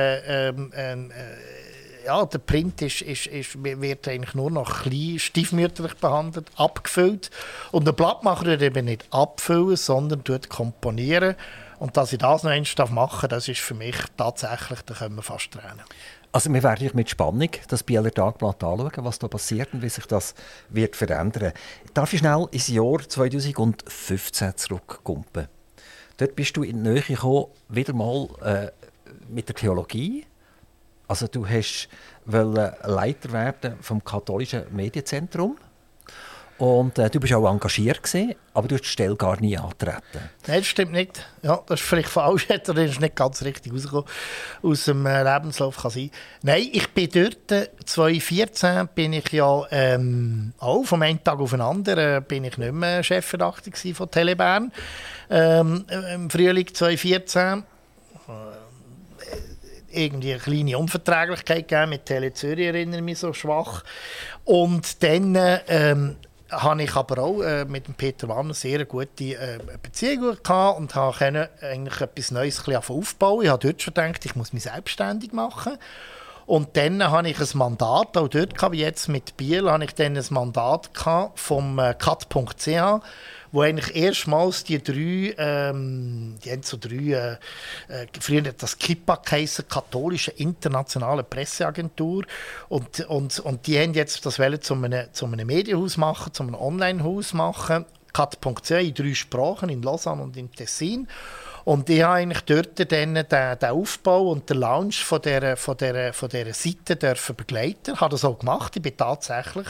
ja, der Print wird eigentlich nur noch klein, stiefmütterlich behandelt, abgefüllt. Und der Blattmacher wird eben nicht abfüllen, sondern komponieren. Und dass ich das noch einmal machen darf, das ist für mich tatsächlich, da können wir fast tränen. Also wir werden mit Spannung das Bieler Tagblatt anschauen, was da passiert und wie sich das wird verändern. Darf ich schnell ins Jahr 2015 zurückkumpen? Dort bist du in die Nähe gekommen, wieder mal mit der Theologie. Also du wolltest Leiter werden vom katholischen Medienzentrum. Und du bist auch engagiert gewesen, aber du hast die Stelle gar nie angetreten. Nein, das stimmt nicht. Ja, das ist vielleicht falsch, oder ist nicht ganz richtig rausgekommen aus dem Lebenslauf. Kann sein. Nein, ich bin dort, 2014 bin ich ja auch vom einen Tag auf den anderen bin ich nicht mehr Chefredakteur von Telebern. Im Frühling 2014 irgendwie eine kleine Unverträglichkeit gegeben mit Tele Zürich, erinnere ich mich so schwach. Und dann habe ich aber auch mit dem Peter Wann eine sehr gute Beziehung gehabt und konnte eigentlich etwas Neues aufbauen. Ich habe dort schon gedacht, ich muss mich selbstständig machen. Und dann hatte ich ein Mandat, auch dort, wie jetzt mit Biel, hatte ich dann ein Mandat vom kat.ch, wo eigentlich erstmals die drei, früher hat das KIPA geheissen, Katholische Internationale Presseagentur, und die haben jetzt das wollen zu einem Medienhaus machen, zu einem Online-Haus machen, kat.ch in 3 Sprachen, in Lausanne und im Tessin. Und ich habe eigentlich dort dann den Aufbau und den Launch von dieser Seite dürfen begleiten. Ich habe das auch gemacht. Ich bin tatsächlich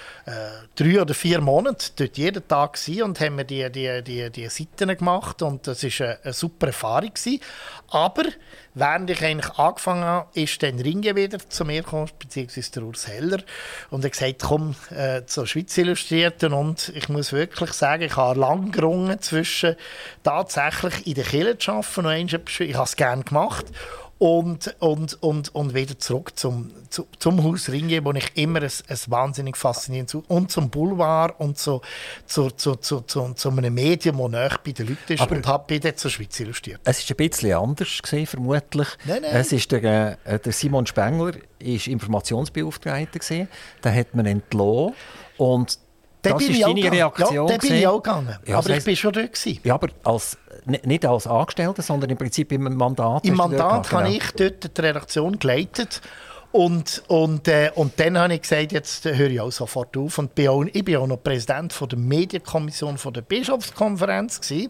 3 oder 4 Monate dort jeden Tag und haben wir die Seiten gemacht. Und das war eine super Erfahrung. Aber während ich eigentlich angefangen habe, ist dann Ringe wieder zu mir gekommen, beziehungsweise der Urs Heller. Und er hat gesagt, komm zur Schweiz Illustrierten. Und ich muss wirklich sagen, ich habe lange gerungen zwischen tatsächlich in der Kirche zu arbeiten. Ich habe es gerne gemacht. Und wieder zurück zum Haus Ringier, wo ich immer ein wahnsinnig faszinierendes und zum Boulevard und zu einem Medium, das nahe bei den Leuten ist. Aber und bin dort zur Schweiz illustriert. Es war ein bisschen anders gewesen, vermutlich. Nein. Es ist der Simon Spengler war Informationsbeauftragter gewesen. Den hat man entlassen. Und das ist deine Reaktion. Ja, da bin ich auch gegangen. Ja, aber ich war schon dort gewesen. Ja, aber nicht als Angestellter, sondern im Prinzip im Mandat. Im Mandat habe ich dort die Redaktion geleitet. Und dann habe ich gesagt, jetzt höre ich auch sofort auf. Und ich bin auch noch Präsident der Medienkommission der Bischofskonferenz gewesen.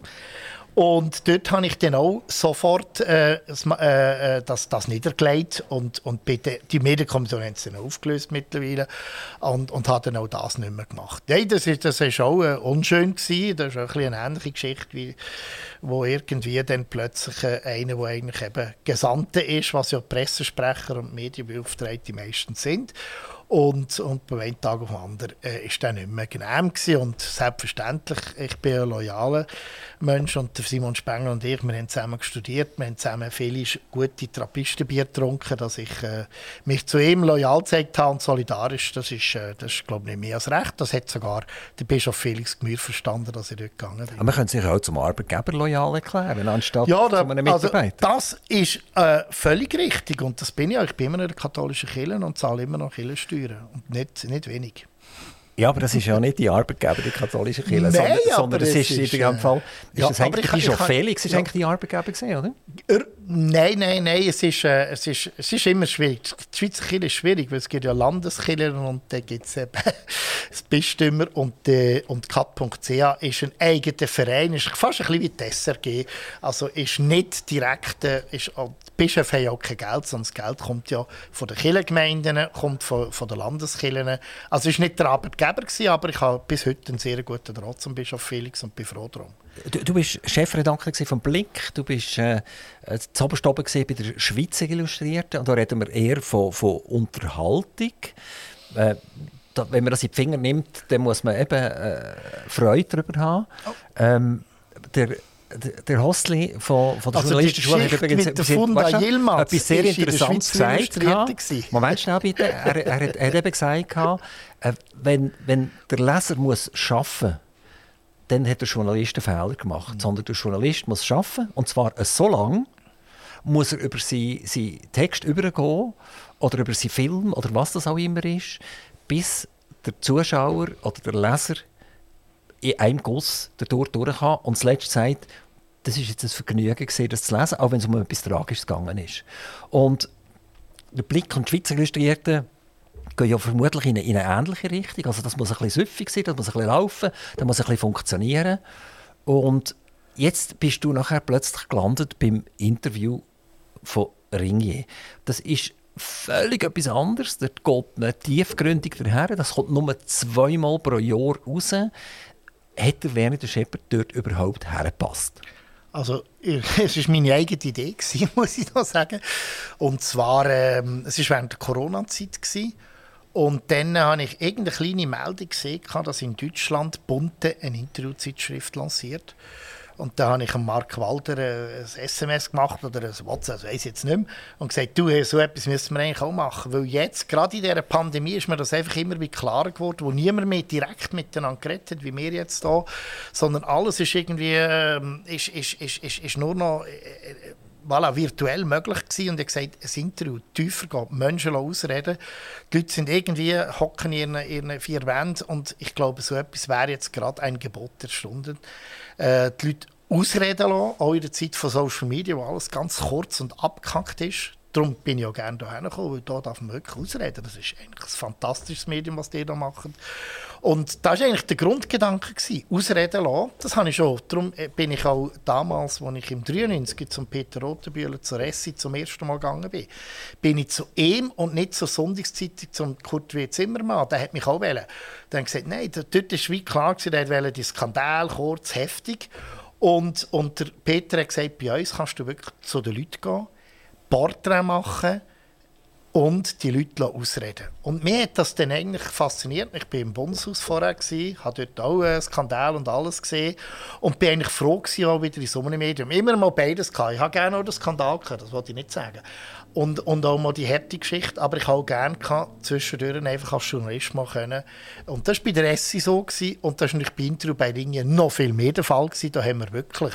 Und dort habe ich dann auch sofort das niedergelegt und die Medienkommission haben es dann aufgelöst mittlerweile und hat dann auch das nicht mehr gemacht. Nein, das ist auch unschön gewesen. Das ist auch eine ähnliche Geschichte, wo irgendwie dann plötzlich einer, der eigentlich eben Gesandte ist, was ja Pressesprecher und Medienbeauftragte meistens sind. Und von einem Tag auf den anderen war das nicht mehr genehm gewesen. Und selbstverständlich, ich bin ein loyaler Mensch und Simon Spengler und ich, wir haben zusammen studiert, wir haben zusammen viele gute Trappistenbier getrunken, dass ich mich zu ihm loyal gezeigt habe und solidarisch, das ist glaube ich, nicht mehr als recht. Das hat sogar der Bischof Felix Gmür verstanden, dass ich dort gegangen bin. Aber man könnte sich auch zum Arbeitgeber loyal erklären, anstatt zu einem Mitarbeiter. Also, das ist völlig richtig und das bin ich auch. Ich bin immer in der katholischen Kirche und zahle immer noch Kirchensteuern und nicht wenig. Ja, aber das ist ja nicht die Arbeitgeber der katholischen Kirche, Nein, sondern das ist in dem Fall. Das eigentlich der Bischof Felix ist ja eigentlich die Arbeitgeber gewesen, oder? Nein. Es ist immer schwierig. Die Schweizer Kirche ist schwierig, weil es gibt ja Landeskirchen und da gibt es eben das Bistümer und kat.ch ist ein eigener Verein, ist fast ein bisschen wie die SRG. Also ist nicht direkt, die Bischöfe haben ja auch kein Geld, sondern das Geld kommt ja von den Kirchengemeinden, kommt von den Landeskirchen. Also es war nicht der Arbeitgeber gewesen, aber ich habe bis heute einen sehr guten Draht zum Bischof Felix und bin froh darum. Du bist Chefredakteur vom Blick, du bist zuoberst oben bei der Schweizer Illustrierten und da reden wir eher von Unterhaltung. Wenn man das in die Finger nimmt, dann muss man eben Freude darüber haben. Oh. Der Hostli von der Journalistenschule hat übrigens etwas sehr Interessantes gesagt. Moment schnell bitte. Er hat eben gesagt, wenn der Leser muss arbeiten muss, dann hat der Journalist einen Fehler gemacht. Sondern der Journalist muss arbeiten, und zwar so lange, muss er über seinen Text übergehen oder über seinen Film oder was das auch immer ist, bis der Zuschauer oder der Leser in einem Guss durch kann und zuletzt sagt, das ist jetzt ein Vergnügen gewesen, das zu lesen, auch wenn es um etwas Tragisches gegangen ist. Und der Blick und die Schweizer Illustrierten gehen ja vermutlich in eine ähnliche Richtung. Also das muss ein bisschen süffig sein, das muss ein bisschen laufen, das muss ein bisschen funktionieren. Und jetzt bist du nachher plötzlich gelandet beim Interview von Ringier. Das ist völlig etwas anderes. Dort geht man tiefgründig daher. Das kommt nur 2-mal pro Jahr raus. Hat der Werner de Schepper dort überhaupt hergepasst? Also, es war meine eigene Idee, muss ich da sagen. Und zwar, es war während der Corona-Zeit. Und dann habe ich irgendeine kleine Meldung gesehen, dass in Deutschland Bunte eine Interviewzeitschrift lanciert. Und da habe ich Mark Walder ein SMS gemacht oder ein WhatsApp, das weiss ich jetzt nicht mehr, und gesagt, du, so etwas müssen wir eigentlich auch machen. Weil jetzt, gerade in dieser Pandemie, ist mir das einfach immer wieder klarer geworden, wo niemand mehr direkt miteinander geredet hat, wie wir jetzt hier, sondern alles ist irgendwie ist nur noch virtuell möglich gewesen. Und ich habe gesagt, ein Interview tiefer geht, Menschen ausreden. Die Leute sind irgendwie, hocken in ihren 4 Wänden, und ich glaube, so etwas wäre jetzt gerade ein Gebot der Stunde. Die Leute ausreden lassen, auch in der Zeit von Social Media, wo alles ganz kurz und abgehackt ist. Darum bin ich auch gerne hierher gekommen, weil hier darf man wirklich ausreden. Das ist eigentlich ein fantastisches Medium, was die hier machen. Und das war eigentlich der Grundgedanke, ausreden lassen. Das habe ich schon. Darum bin ich auch damals, als ich im 93 zum Peter Rothenbühler, zur Essi zum ersten Mal gegangen bin ich zu ihm und nicht zur Sonntagszeitung zum Kurt W. Zimmermann. Der hat mich auch wählen. Dann hat gesagt, nein, dort war wie klar, er wollte die Skandal, kurz, heftig. Und der Peter hat gesagt, bei uns kannst du wirklich zu den Leuten gehen, Porträt machen und die Leute ausreden. Und mir hat das dann eigentlich fasziniert. Ich war im Bundeshaus vorher, habe dort auch einen Skandal und alles gesehen und bin eigentlich froh gewesen, auch wieder in so einem Medium. Immer mal beides gehabt. Ich habe gerne auch den Skandal gehabt, das wollte ich nicht sagen. Und auch mal die harte Geschichte, aber ich habe auch gerne zwischendurch einfach als Journalist mal können. Und das war bei der Essi so gewesen, und das war natürlich bei Interview bei Ringen noch viel mehr der Fall gewesen. Da haben wir wirklich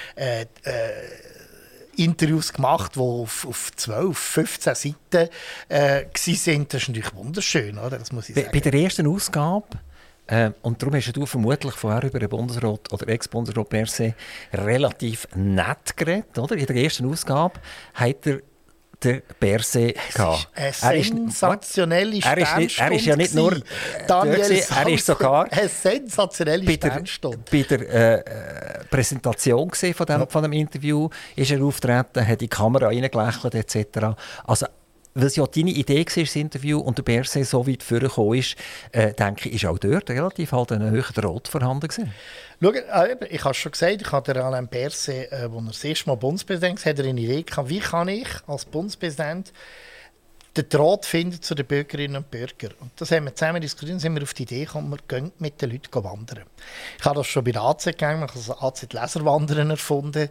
Interviews gemacht, die auf 12, 15 Seiten waren. Das ist natürlich wunderschön, oder? Das muss ich sagen. Bei der ersten Ausgabe, und darum hast du vermutlich vorher über den Bundesrat oder Ex-Bundesrat per se relativ nett geredet, oder? In der ersten Ausgabe hat der Berse gehabt. Es ist eine sensationelle Sternstunde. Er ist ja nicht nur Daniel, er ist sogar eine sensationelle Sternstunde. Bei der Präsentation von dem Interview ist er auftreten, hat die Kamera reingelächelt etc. Also, weil es ja deine Idee war, das Interview, und der Berse so weit vorgekommen ist, denke ich, ist auch dort relativ halt ein höherer Draht vorhanden gewesen. Schau, ich habe es schon gesagt, ich hatte Alain Berset, als er das erste Mal Bundespräsident war, hat er eine Idee gehabt, wie kann ich als Bundespräsident den Draht finden zu den Bürgerinnen und Bürgern. Und das haben wir zusammen diskutiert und sind wir auf die Idee gekommen, wir gehen mit den Leuten wandern. Ich habe das schon bei der AZ gegangen, ich habe das AZ-Leserwandern erfunden.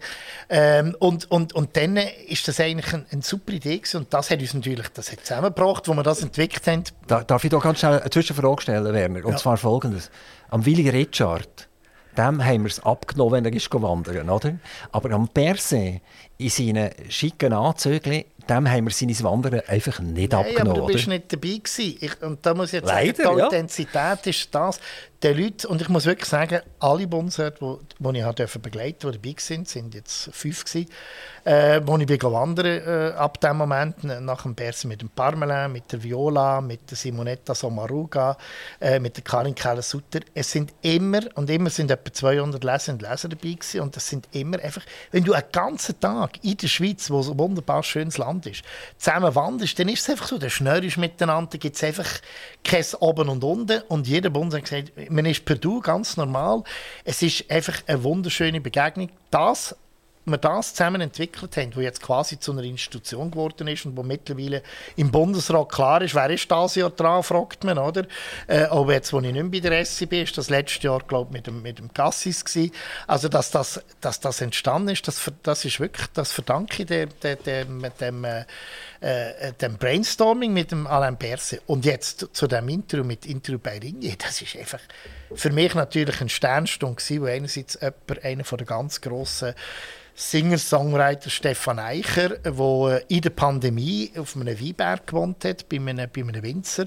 Und dann ist das eigentlich eine super Idee gewesen. Und das hat uns natürlich zusammengebracht, wo wir das entwickelt haben. Darf ich da ganz schnell eine Zwischenfrage stellen, Werner? Und zwar folgendes. Am Willi Richard, dem haben wir es abgenommen, wenn er ist wandern, oder? Aber am Berse, in seinen schicken Anzügen, dem haben wir seine Wandern einfach nicht abgenommen. Aber du bist nicht dabei gewesen. Und da muss ich jetzt Leider, sagen, die Authentizität ist das. Die Leute, und ich muss wirklich sagen, alle Bundesräte, die ich begleiten durfte, die dabei waren, sind jetzt 5 gewesen, wo ich wandern ab dem Moment, nach dem Berse mit dem Parmelin, mit der Viola, mit der Simonetta Sommaruga, mit der Karin Keller-Sutter. Es sind immer sind etwa 200 Leserinnen und Leser dabei gewesen, und das sind immer einfach, wenn du einen ganzen Tag in der Schweiz, wo so ein wunderbar schönes Land ist, zusammen wanderst, dann ist es einfach so, der schnörrisch miteinander, gibt es einfach kein Oben und Unten, und jeder Bund hat gesagt, man ist per Du ganz normal. Es ist einfach eine wunderschöne Begegnung. Dass wir das zusammen entwickelt haben, wo jetzt quasi zu einer Institution geworden ist und wo mittlerweile im Bundesrat klar ist, wer ist das Jahr dran, fragt man, oder? Aber jetzt, wo ich nicht mehr bei der SCB ist, das letzte Jahr, glaube ich, mit dem Cassis gewesen. Also, dass das entstanden ist, das ist wirklich, das verdanke ich dem Brainstorming mit dem Alain Berset. Und jetzt zu dem Interview bei Ringier, das ist einfach für mich natürlich eine Sternstunde gewesen, wo einerseits einer der ganz grossen Singer-Songwriter Stefan Eicher, der in der Pandemie auf einem Weinberg gewohnt hat, bei einem Winzer.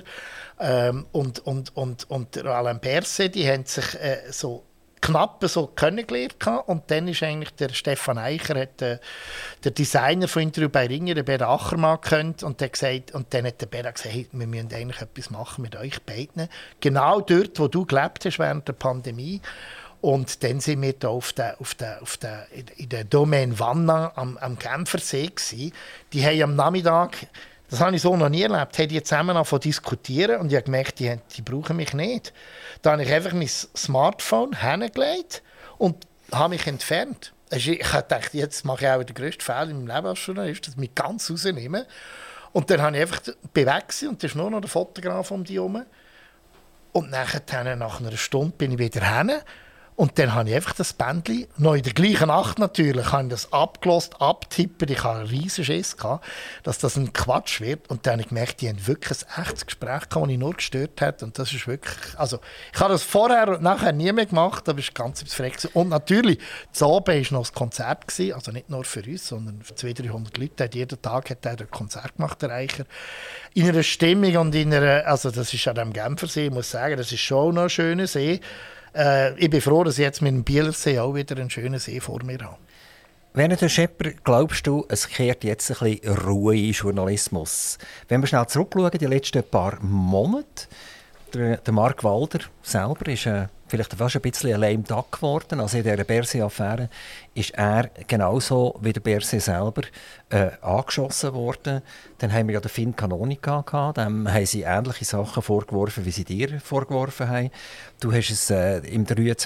Und der Alain Berset, die haben sich so knapp so kennengelernt. Und dann ist eigentlich der Stefan Eicher, der Designer von Interview bei Ringier, der Beda Achermann, kennt, und dann hat der Beda gesagt, hey, wir müssen eigentlich etwas machen mit euch beiden. Genau dort, wo du gelebt hast während der Pandemie. Und dann sind wir da in der Domaine Vanna am Genfersee gewesen. Die haben am Nachmittag, Das habe ich so noch nie erlebt. Haben die zusammen angefangen zu diskutieren und ich habe gemerkt, die brauchen mich nicht. Da habe ich einfach mein Smartphone hingelegt und habe mich entfernt. Ich dachte, jetzt mache ich auch den grössten Fehler in meinem Leben als Journalist, dass ich mich ganz rausnehme. Und dann habe ich einfach bewegt und da ist nur noch der Fotograf um die herum. Und nachher, nach einer Stunde bin ich wieder hin. Und dann habe ich einfach das Bändchen, noch in der gleichen Nacht natürlich, habe ich das abgelost, abtippen. Ich hatte einen riesen Schiss, dass das ein Quatsch wird. Und dann habe ich gemerkt, die haben wirklich ein echtes Gespräch gehabt, das mich nur gestört hat. Und das ist wirklich, also ich habe das vorher und nachher nie mehr gemacht, aber es war ganz frech. Und natürlich, zu oben war noch ein Konzert, also nicht nur für uns, sondern für 200-300 Leute. Jeden Tag hat er ein Konzert gemacht, der Reicher. In einer Stimmung und in einer, also das ist an dem Genfersee, ich muss sagen, das ist schon noch ein schöner See. Ich bin froh, dass ich jetzt mit dem Bielersee auch wieder einen schönen See vor mir habe. Werner de Schepper, glaubst du, es kehrt jetzt ein bisschen Ruhe in Journalismus? Wenn wir schnell zurückschauen, die letzten paar Monate, der Mark Walder selber ist vielleicht fast ein bisschen ein lame duck geworden. Also in dieser Berset-Affäre ist er genauso wie der Berset selber angeschossen worden. Dann haben wir ja den Finn Canonica gehabt. Dem haben sie ähnliche Sachen vorgeworfen, wie sie dir vorgeworfen haben. Du hast es im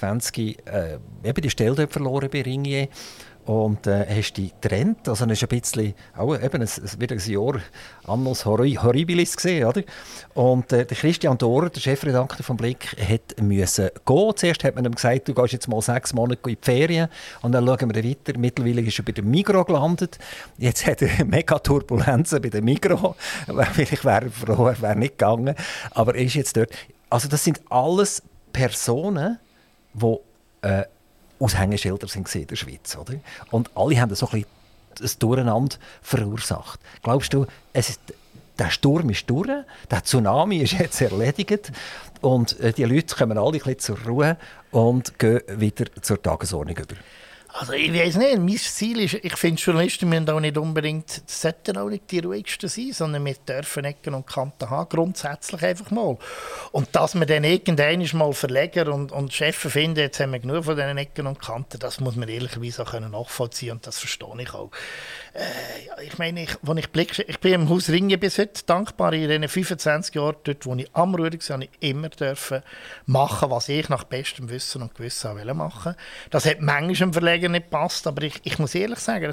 23 eben die Stelle dort verloren bei Ringier. Und hast dich getrennt. Also es ist ein bisschen, auch eben wieder ein Jahr Annus Horribilis gesehen, oder? Und der Christian Dorer, der Chefredakteur vom Blick, müssen gehen. Zuerst hat man ihm gesagt, du gehst jetzt mal 6 Monate in die Ferien und dann schauen wir weiter. Mittlerweile ist er bei der Migros gelandet. Jetzt hat er mega Turbulenzen bei der Migros. Vielleicht wäre er froh, er wäre nicht gegangen. Aber er ist jetzt dort. Also das sind alles Personen, die Aushängeschilder sind in der Schweiz. Oder? Und alle haben so ein Durcheinander verursacht. Glaubst du, der Sturm ist durch, der Tsunami ist jetzt erledigt und die Leute kommen alle ein bisschen zur Ruhe und gehen wieder zur Tagesordnung über? Also ich weiß nicht, mein Ziel ist, ich finde, Journalisten müssen auch nicht unbedingt, sollten auch nicht die ruhigsten sein, sondern wir dürfen Ecken und Kanten haben, grundsätzlich einfach mal. Und dass wir dann irgendwann mal Verleger und Chefs finden, jetzt haben wir genug von diesen Ecken und Kanten, das muss man ehrlicherweise auch nachvollziehen und das verstehe ich auch. Ich meine, ich bin im Haus Ringier bis heute dankbar. In diesen 25 Jahren, dort wo ich am Ruder war, habe ich immer machen, was ich nach bestem Wissen und Gewissen machen wollte. Das hat manchmal dem Verleger nicht gepasst, aber ich muss ehrlich sagen,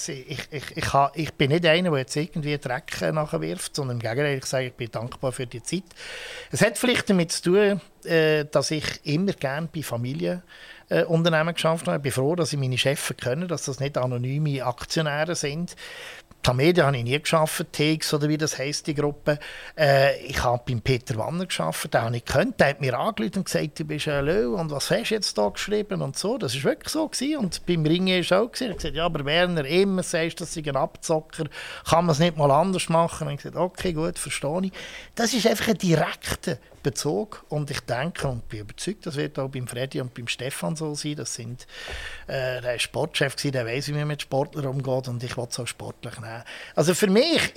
ich bin nicht einer, der jetzt irgendwie Dreck nachwirft, sondern im Gegenteil, ich sage, ich bin dankbar für die Zeit. Es hat vielleicht damit zu tun, dass ich immer gerne bei Familienunternehmen gearbeitet habe. Ich bin froh, dass ich meine Chefs kenne, dass das nicht anonyme Aktionäre sind. Tamedia habe ich nie gearbeitet, TX oder wie das heisst, die Gruppe. Ich habe beim Peter Wanner gearbeitet, den habe ich gekannt. Der hat mir angerufen und gesagt, du bist ein Löw und was hast du jetzt da geschrieben und so. Das war wirklich so gewesen. Und beim Ringen war es auch gewesen. Ich habe gesagt, ja, aber Werner, immer sagst du, das ist ein Abzocker, kann man es nicht mal anders machen? Und ich habe gesagt, okay, gut, verstehe ich. Das ist einfach ein direkter Bezug und ich denke und bin überzeugt, das wird auch beim Freddy und beim Stefan so sein. Das sind, der war Sportchef, der weiss, wie man mit Sportlern umgeht und ich will es auch sportlich nehmen. Also für mich,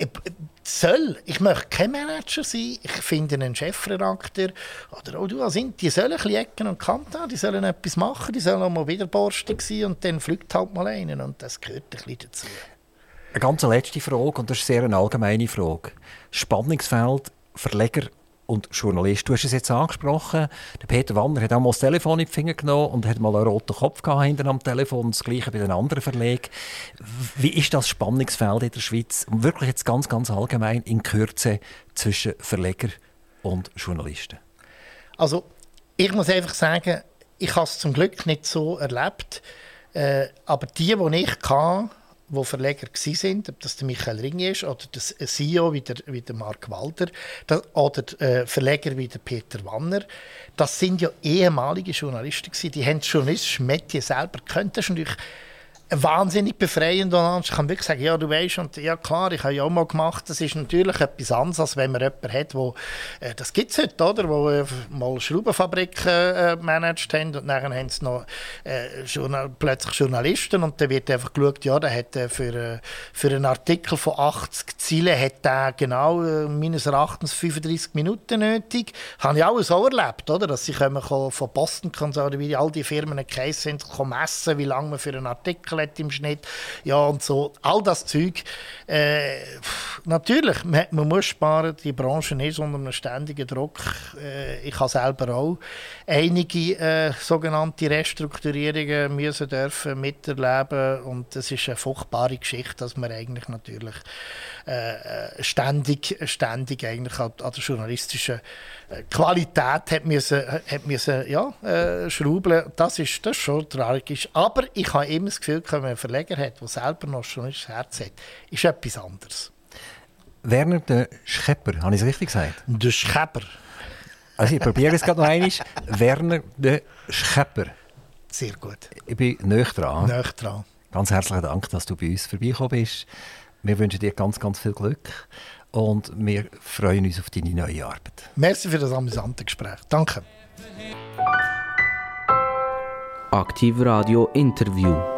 ich möchte kein Manager sein, ich finde einen Chefredakteur oder auch du, die sollen ein bisschen Ecken und Kanten haben, die sollen etwas machen, die sollen auch mal wieder borstig sein und dann fliegt halt mal einen und das gehört ein bisschen dazu. Eine ganz letzte Frage und das ist sehr eine allgemeine Frage. Spannungsfeld, Verleger und Journalist. Du hast es jetzt angesprochen, der Peter Wanner hat auch mal das Telefon in die Finger genommen und hat mal einen roten Kopf hinter am Telefon. Das Gleiche bei den anderen Verlegen. Wie ist das Spannungsfeld in der Schweiz? Und wirklich jetzt ganz, ganz allgemein in Kürze zwischen Verleger und Journalisten? Also, ich muss einfach sagen, ich habe es zum Glück nicht so erlebt. Aber die ich hatte, die Verleger waren, ob das der Michael Ringier ist oder der CEO wie der Mark Walder oder Verleger wie der Peter Wanner, das sind ja ehemalige Journalisten gewesen. Die haben das journalistische Metier selber gekannt. Das ist natürlich wahnsinnig befreiend. Und ich kann wirklich sagen, ja, du weißt, und ja klar, ich habe ja auch mal gemacht, das ist natürlich etwas anderes, als wenn man jemanden hat, wo, das gibt es heute, oder, wo mal Schraubenfabriken managt haben und dann haben sie noch plötzlich Journalisten und dann wird einfach geschaut, ja, der hat für einen Artikel von 80 Zeilen hat der genau meines Erachtens 35 Minuten nötig. Habe ich alles auch erlebt, oder, dass sie von Boston oder wie all die Firmen geheißen sind, messen, wie lange man für einen Artikel hat im Schnitt. Ja, und so. All das Zeug. Natürlich, man muss sparen. Die Branche ist unter einem ständigen Druck. Ich habe selber auch einige sogenannte Restrukturierungen müssen dürfen miterleben. Und es ist eine furchtbare Geschichte, dass man eigentlich natürlich ständig eigentlich an der journalistischen Qualität hat müssen schrauben. Das ist schon tragisch. Aber ich habe immer das Gefühl, wenn man einen Verleger hat, der selber noch ein journalistisches Herz hat, ist etwas anderes. Werner de Schepper, habe ich es richtig gesagt? De Schepper. Also ich probiere es gerade noch einmal. Werner de Schepper. Sehr gut. Ich bin nahe dran. Nahe dran. Ganz herzlichen Dank, dass du bei uns vorbeigekommen bist. Wir wünschen dir ganz, ganz viel Glück und wir freuen uns auf deine neue Arbeit. Merci für das amüsante Gespräch. Danke. Aktiv Radio Interview.